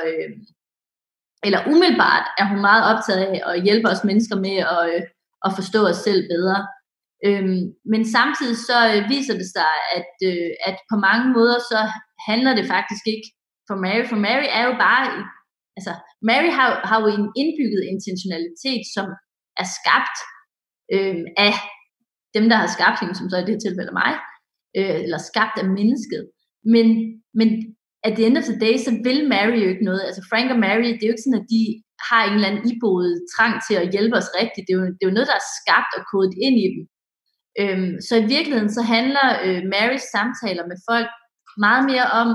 eller umiddelbart er hun meget optaget af at hjælpe os mennesker med at forstå os selv bedre. Men samtidig så viser det sig, at på mange måder så handler det faktisk ikke for Mary. For Mary er jo bare, Mary har jo en indbygget intentionalitet, som er skabt af dem, der har skabt hende, som så i det her tilfælde mig, eller skabt af mennesket. Men at the end of the day, så vil Mary jo ikke noget. Altså Frank og Mary, det er jo ikke sådan, at de har en eller anden iboet trang til at hjælpe os rigtigt. Det er jo noget, der er skabt og kodet ind i dem. Så i virkeligheden, så handler Marys samtaler med folk meget mere om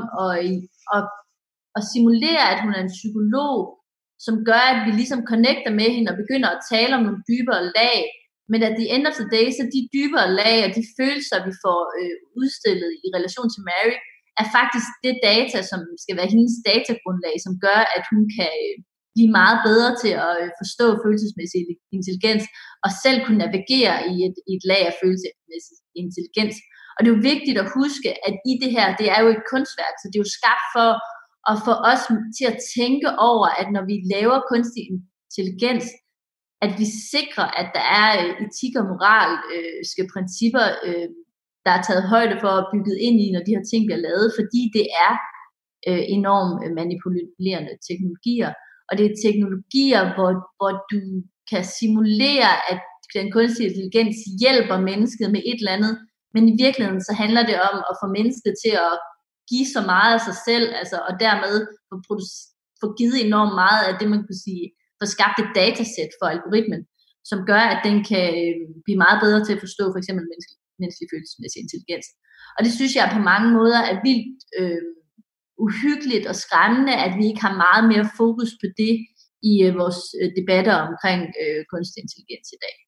at simulere, at hun er en psykolog, som gør, at vi ligesom connecter med hende og begynder at tale om nogle dybere lag. Men at the end of the day, så de dybere lag og de følelser, vi får udstillet i relation til Mary, er faktisk det data, som skal være hendes datagrundlag, som gør, at hun kan blive meget bedre til at forstå følelsesmæssig intelligens, og selv kunne navigere i et lag af følelsesmæssig intelligens. Og det er jo vigtigt at huske, at i det her, det er jo et kunstværk, så det er jo skabt for at få os til at tænke over, at når vi laver kunstig intelligens, at vi sikrer, at der er etik og moralske principper, der er taget højde for at bygget ind i, når de her ting bliver lavet, fordi det er enormt manipulerende teknologier. Og det er teknologier, hvor du kan simulere, at den kunstige intelligens hjælper mennesket med et eller andet, men i virkeligheden så handler det om at få mennesket til at give så meget af sig selv, og dermed få givet enormt meget af det, man kan sige, få skabt et datasæt for algoritmen, som gør, at den kan blive meget bedre til at forstå for eksempel menneskelig følelsesmæssig intelligens. Og det synes jeg på mange måder er vildt uhyggeligt og skræmmende, at vi ikke har meget mere fokus på det i vores debatter omkring kunstig intelligens i dag.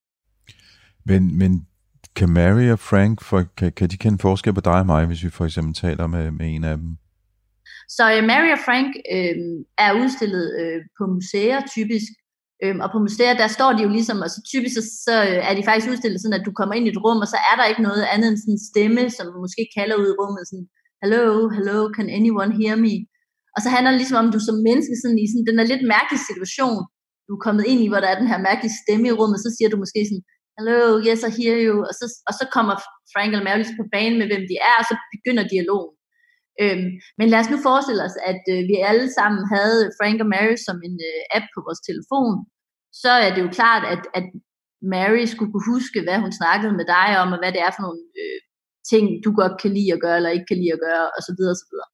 Men kan Mary og Frank, kan de kende forskel på dig og mig, hvis vi for eksempel taler med en af dem? Så Mary og Frank er udstillet på museer typisk, og på museer, der står de jo ligesom, og så typisk så er de faktisk udstillet sådan, at du kommer ind i et rum, og så er der ikke noget andet end sådan en stemme, som måske kalder ud i rummet sådan, hello, can anyone hear me? Og så handler det ligesom om, du som menneske sådan i sådan, den er lidt mærkelig situation, du er kommet ind i, hvor der er den her mærkelige stemme i rummet, så siger du måske sådan, hello, yes, I hear you, og så kommer Frank og Mary på banen med, hvem de er, og så begynder dialogen. Men lad os nu forestille os, at vi alle sammen havde Frank og Mary som en app på vores telefon, så er det jo klart, at Mary skulle kunne huske, hvad hun snakkede med dig om, og hvad det er for nogle ting, du godt kan lide at gøre, eller ikke kan lide at gøre, og så videre, og så videre.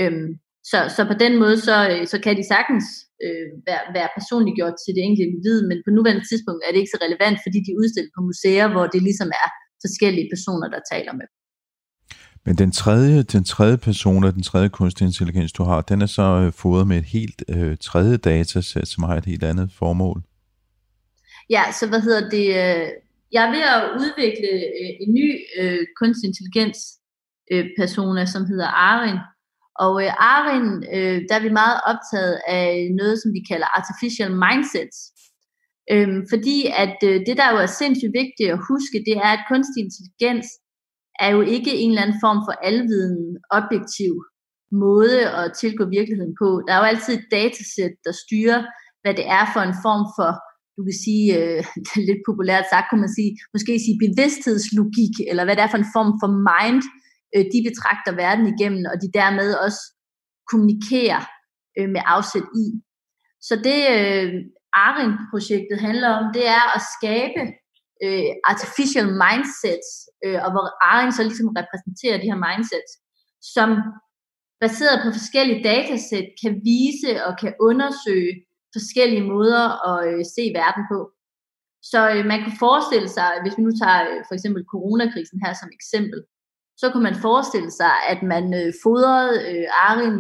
Så på den måde, så kan de sagtens være personligt gjort til det enkelte individ, men på nuværende tidspunkt er det ikke så relevant, fordi de er udstillet på museer, hvor det ligesom er forskellige personer, der taler med. Men den tredje person, den tredje kunstig intelligens, du har, den er så fodret med et helt tredje datasæt, som har et helt andet formål. Ja, så jeg er ved at udvikle en ny kunstig intelligens persona, som hedder Arin. Og Arin, der er vi meget optaget af noget, som vi kalder artificial mindsets. Fordi at det, der jo er sindssygt vigtigt at huske, det er, at kunstig intelligens er jo ikke en eller anden form for alviden, objektiv måde at tilgå virkeligheden på. Der er jo altid et datasæt, der styrer, hvad det er for en form for du kan sige, lidt populært sagt, kunne man sige, måske sige bevidsthedslogik, eller hvad det er for en form for mind, de betragter verden igennem, og de dermed også kommunikerer med afsæt i. Så det ARIN-projektet handler om, det er at skabe artificial mindsets, og hvor ARIN så ligesom repræsenterer de her mindsets, som baseret på forskellige datasæt kan vise og kan undersøge forskellige måder at se verden på. Så man kunne forestille sig, hvis vi nu tager for eksempel coronakrisen her som eksempel, så kunne man forestille sig, at man fodrede ARIN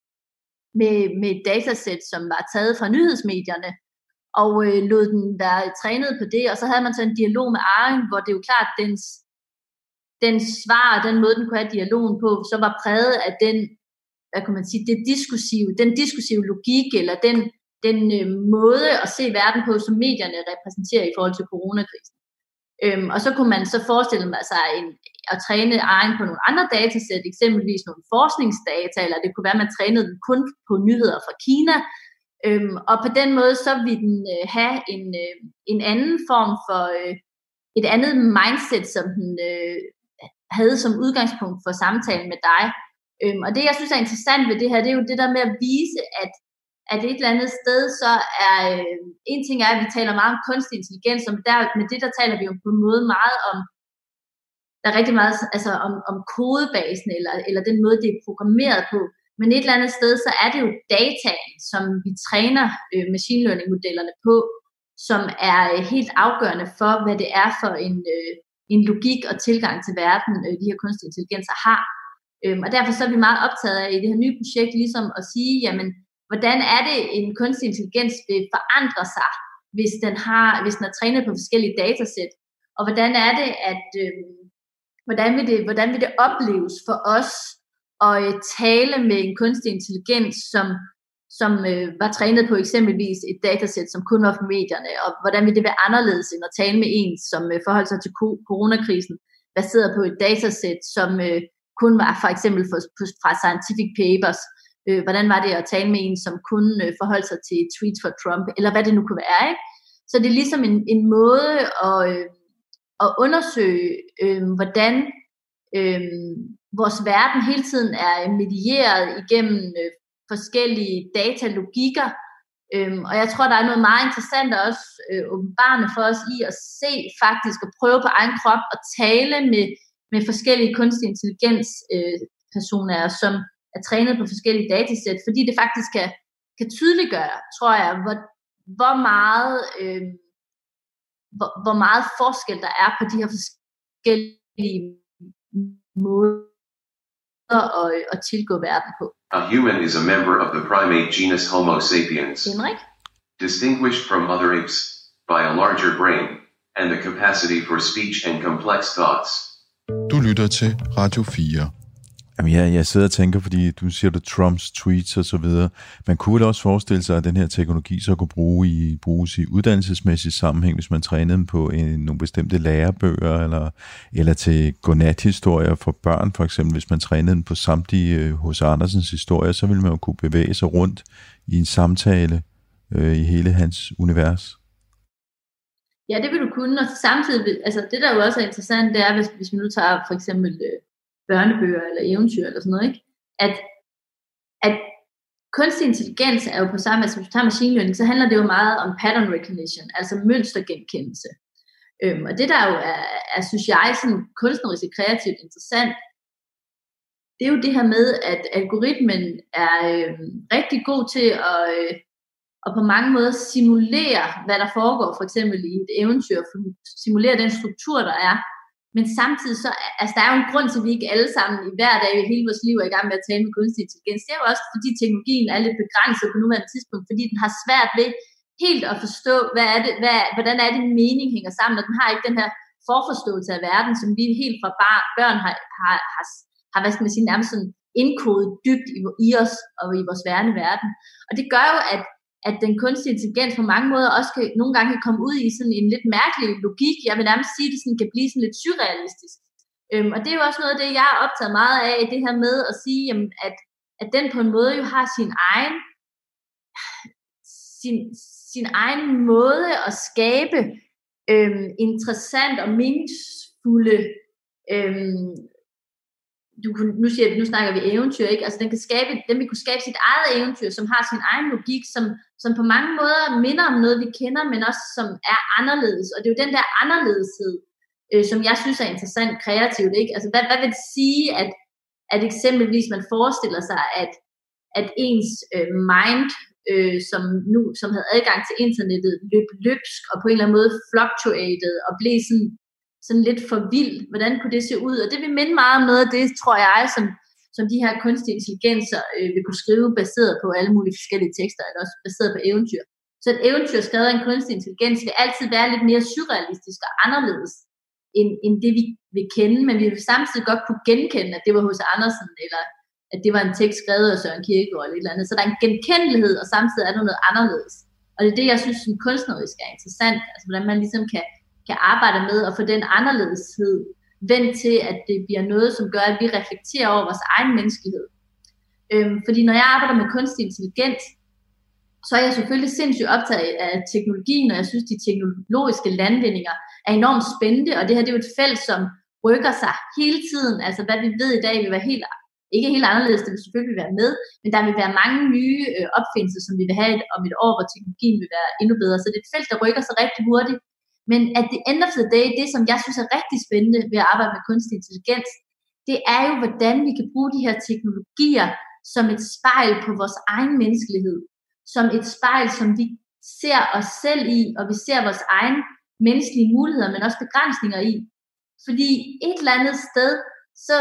med et datasæt, som var taget fra nyhedsmedierne, og lod den være trænet på det, og så havde man så en dialog med ARIN, hvor det er jo klart, den svar og den måde, den kunne have dialogen på, så var præget af den, hvad kan man sige, den diskursive logik, eller den måde at se verden på, som medierne repræsenterer i forhold til coronakrisen. Og så kunne man så forestille sig at træne ARIN på nogle andre datasæt, eksempelvis nogle forskningsdata, eller det kunne være, at man trænede den kun på nyheder fra Kina, og på den måde så vil den have en anden form for et andet mindset, som den havde som udgangspunkt for samtalen med dig. Og det, jeg synes er interessant ved det her, det er jo det der med at vise, at et eller andet sted, så er en ting er, at vi taler meget om kunstig intelligens, og med det der taler vi jo på en måde meget om, der er rigtig meget altså om kodebasen, eller den måde, det er programmeret på. Men et eller andet sted, så er det jo dataen, som vi træner machine learning modellerne på, som er helt afgørende for, hvad det er for en logik og tilgang til verden, de her kunstige intelligenser har. Og derfor så er vi meget optaget af i det her nye projekt, ligesom at sige, jamen, hvordan er det, en kunstig intelligens vil forandre sig, hvis den er trænet på forskellige datasæt, og hvordan er det, at hvordan vil det opleves for os at tale med en kunstig intelligens, som var trænet på eksempelvis et datasæt, som kun var for medierne, og hvordan vil det være anderledes end at tale med en, som forholder sig til coronakrisen, baseret på et datasæt, som kun var for eksempel fra scientific papers. Hvordan var det at tale med en, som kun forholdt sig til tweets for Trump, eller hvad det nu kunne være, ikke? Så det er ligesom en måde at undersøge, hvordan vores verden hele tiden er medieret igennem forskellige datalogikker. Og jeg tror, der er noget meget interessant og også åbenbarende for os i at se faktisk og prøve på egen krop at tale med forskellige kunstig intelligens personer, som er trænet på forskellige datasæt, fordi det faktisk kan tydeliggøre, tror jeg, hvor meget forskel der er på de her forskellige måder at tilgå verden på. A human is a member of the primate genus Homo sapiens, Henrik? distinguished from other apes by a larger brain and the capacity for speech and complex thoughts. Du lytter til Radio 4. Jamen ja, jeg sidder og tænker, fordi du siger det Trumps tweets og så videre. Man kunne vel også forestille sig, at den her teknologi så kunne bruges i uddannelsesmæssig sammenhæng, hvis man trænede dem på nogle bestemte lærebøger, eller til godnathistorier for børn, for eksempel. Hvis man trænede dem på samtlige H.C. Andersens historier, så ville man jo kunne bevæge sig rundt i en samtale i hele hans univers. Ja, det vil du kunne, og samtidig, altså det der jo også er interessant, det er, hvis vi nu tager for eksempel børnebøger eller eventyr eller sådan noget, ikke? At kunstig intelligens er jo på samme måde, som du tager machine learning, så handler det jo meget om pattern recognition, altså mønstergenkendelse. Og det der jo er synes jeg, sådan kunstnerisk kreativt interessant, det er jo det her med, at algoritmen er rigtig god til at på mange måder simulere, hvad der foregår, for eksempel i et eventyr, simulere den struktur, der er. Men samtidig så, altså der er jo en grund til, at vi ikke alle sammen i hver dag i hele vores liv er i gang med at tale med kunstig intelligens. Det er jo også, fordi teknologien er lidt begrænset på nuværende tidspunkt, fordi den har svært ved helt at forstå, hvordan er det mening hænger sammen, og den har ikke den her forforståelse af verden, som vi helt fra børn har hvad skal man sige, nærmest sådan indkodet dybt i os og i vores verden. Og det gør jo, at den kunstige intelligens på mange måder også nogle gange kan komme ud i sådan en lidt mærkelig logik. Jeg vil nærmest sige, at det sådan kan blive sådan lidt surrealistisk. Og det er jo også noget af det, jeg er optaget meget af, det her med at sige, at den på en måde jo har sin egen sin egen måde at skabe interessant og meningsfulde nu snakker vi eventyr, ikke? Altså den vil kunne skabe sit eget eventyr, som har sin egen logik, som på mange måder minder om noget, vi kender, men også som er anderledes. Og det er jo den der anderledeshed, som jeg synes er interessant kreativt, ikke? Altså hvad vil det sige, at eksempelvis man forestiller sig, at ens mind, som havde adgang til internettet, løb løbsk og på en eller anden måde fluctuated og blev sådan lidt for vild. Hvordan kunne det se ud? Og det vil minde meget om noget af det, tror jeg, som de her kunstige intelligenser vil kunne skrive baseret på alle mulige forskellige tekster, eller også baseret på eventyr. Så et eventyr skrevet af en kunstig intelligens vil altid være lidt mere surrealistisk og anderledes, end det vi vil kende, men vi vil samtidig godt kunne genkende, at det var H.C. Andersen, eller at det var en tekst skrevet af Søren Kierkegaard eller et eller andet. Så der er en genkendelighed, og samtidig er der noget anderledes. Og det er det, jeg synes, som kunstnerisk er interessant, altså hvordan man ligesom kan arbejde med at få den anderledeshed vendt til, at det bliver noget, som gør, at vi reflekterer over vores egen menneskelighed. Fordi når jeg arbejder med kunstig intelligens, så er jeg selvfølgelig sindssygt optaget af teknologien, og jeg synes, de teknologiske landvindinger er enormt spændende, og det her det er jo et felt, som rykker sig hele tiden. Altså hvad vi ved i dag vil være ikke helt anderledes, det vil selvfølgelig være med, men der vil være mange nye opfindelser, som vi vil have om et år, hvor teknologien vil være endnu bedre. Så det er et felt, der rykker sig rigtig hurtigt. Men at the end of the day, det som jeg synes er rigtig spændende ved at arbejde med kunstig intelligens, det er jo, hvordan vi kan bruge de her teknologier som et spejl på vores egen menneskelighed. Som et spejl, som vi ser os selv i, og vi ser vores egen menneskelige muligheder, men også begrænsninger i. Fordi et eller andet sted, så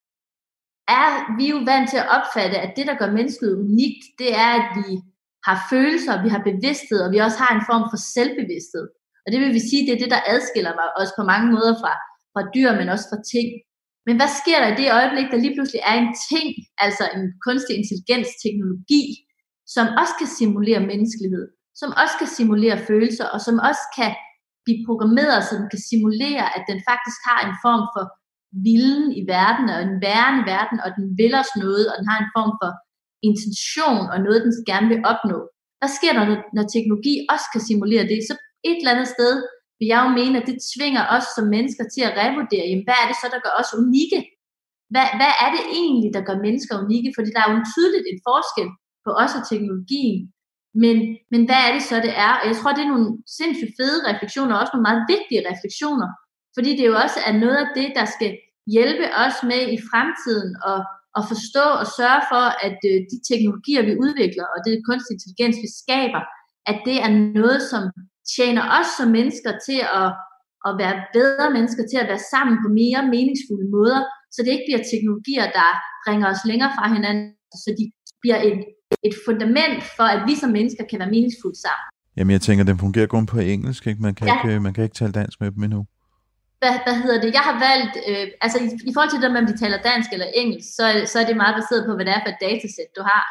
er vi jo vant til at opfatte, at det, der gør mennesket unikt, det er, at vi har følelser, vi har bevidsthed, og vi også har en form for selvbevidsthed. Og det vil vi sige, det er det, der adskiller mig også på mange måder fra dyr, men også fra ting. Men hvad sker der i det øjeblik, der lige pludselig er en ting, altså en kunstig intelligens teknologi, som også kan simulere menneskelighed, som også kan simulere følelser, og som også kan blive programmeret, så den kan simulere, at den faktisk har en form for vilden i verden, og en væren i verden, og den vil os noget, og den har en form for intention, og noget, den gerne vil opnå. Hvad sker der, når teknologi også kan simulere det? Så et eller andet sted vil jeg jo mene, at det tvinger os som mennesker til at revurdere, jamen, hvad er det så, der gør os unikke? Hvad er det egentlig, der gør mennesker unikke? Fordi der er jo tydeligt en forskel på os og teknologien. Men hvad er det så, det er? Og jeg tror, det er nogle sindssygt fede refleksioner, og også nogle meget vigtige refleksioner. Fordi det jo også er noget af det, der skal hjælpe os med i fremtiden at forstå og sørge for, at de teknologier, vi udvikler, og det kunstig intelligens, vi skaber, at det er noget, som tjener os som mennesker til at være bedre mennesker, til at være sammen på mere meningsfulde måder, så det ikke bliver teknologier, der bringer os længere fra hinanden, så de bliver et fundament for, at vi som mennesker kan være meningsfuldt sammen. Jamen jeg tænker, den fungerer kun på engelsk, ikke? Man kan ikke tale dansk med dem endnu. Hvad hedder det? Jeg har valgt, altså i forhold til det, om de taler dansk eller engelsk, så er det meget baseret på, hvad det er for et datasæt, du har.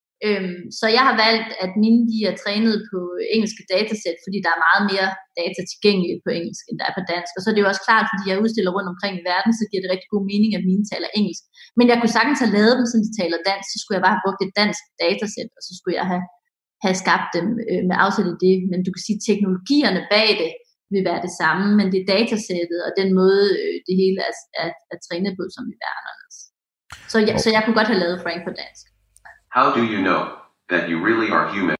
Så jeg har valgt, at mine de er trænet på engelske datasæt, fordi der er meget mere data tilgængeligt på engelsk, end der er på dansk. Og så er det jo også klart, fordi jeg udstiller rundt omkring i verden, så giver det rigtig god mening, at mine taler engelsk. Men jeg kunne sagtens have lavet dem, som de taler dansk, så skulle jeg bare have brugt et dansk datasæt, og så skulle jeg have skabt dem med afsæt i det. Men du kan sige, at teknologierne bag det vil være det samme, men det er datasættet og den måde, det hele er trænet på, som vil være anderledes. Så jeg kunne godt have lavet Frank på dansk. How do you know that you really are human?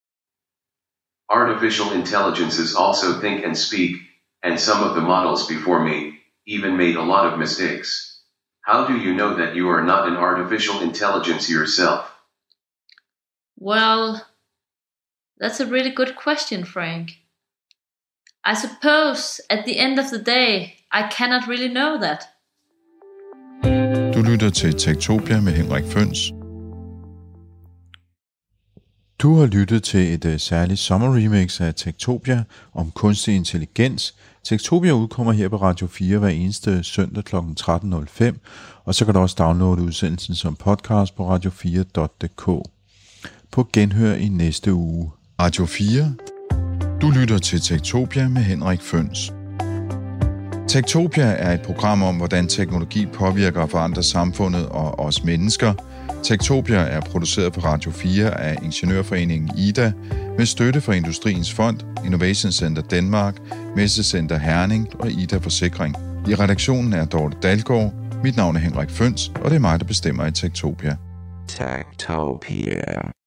Artificial intelligences also think and speak, and some of the models before me even made a lot of mistakes. How do you know that you are not an artificial intelligence yourself? Well, that's a really good question, Frank. I suppose at the end of the day, I cannot really know that. Du lytter til Techtopia med Henrik Føns. Du har lyttet til et særligt sommerremix af Techtopia om kunstig intelligens. Techtopia udkommer her på Radio 4 hver eneste søndag kl. 13.05, og så kan du også downloade udsendelsen som podcast på radio4.dk. På genhør i næste uge. Radio 4. Du lytter til Techtopia med Henrik Føns. Techtopia er et program om, hvordan teknologi påvirker og forandrer samfundet og os mennesker. Techtopia er produceret på Radio 4 af Ingeniørforeningen IDA med støtte fra Industriens Fond, Innovation Center Danmark, Messecenter Herning og IDA Forsikring. I redaktionen er Dorte Dalgaard. Mit navn er Henrik Føns, og det er mig, der bestemmer i Techtopia. Techtopia.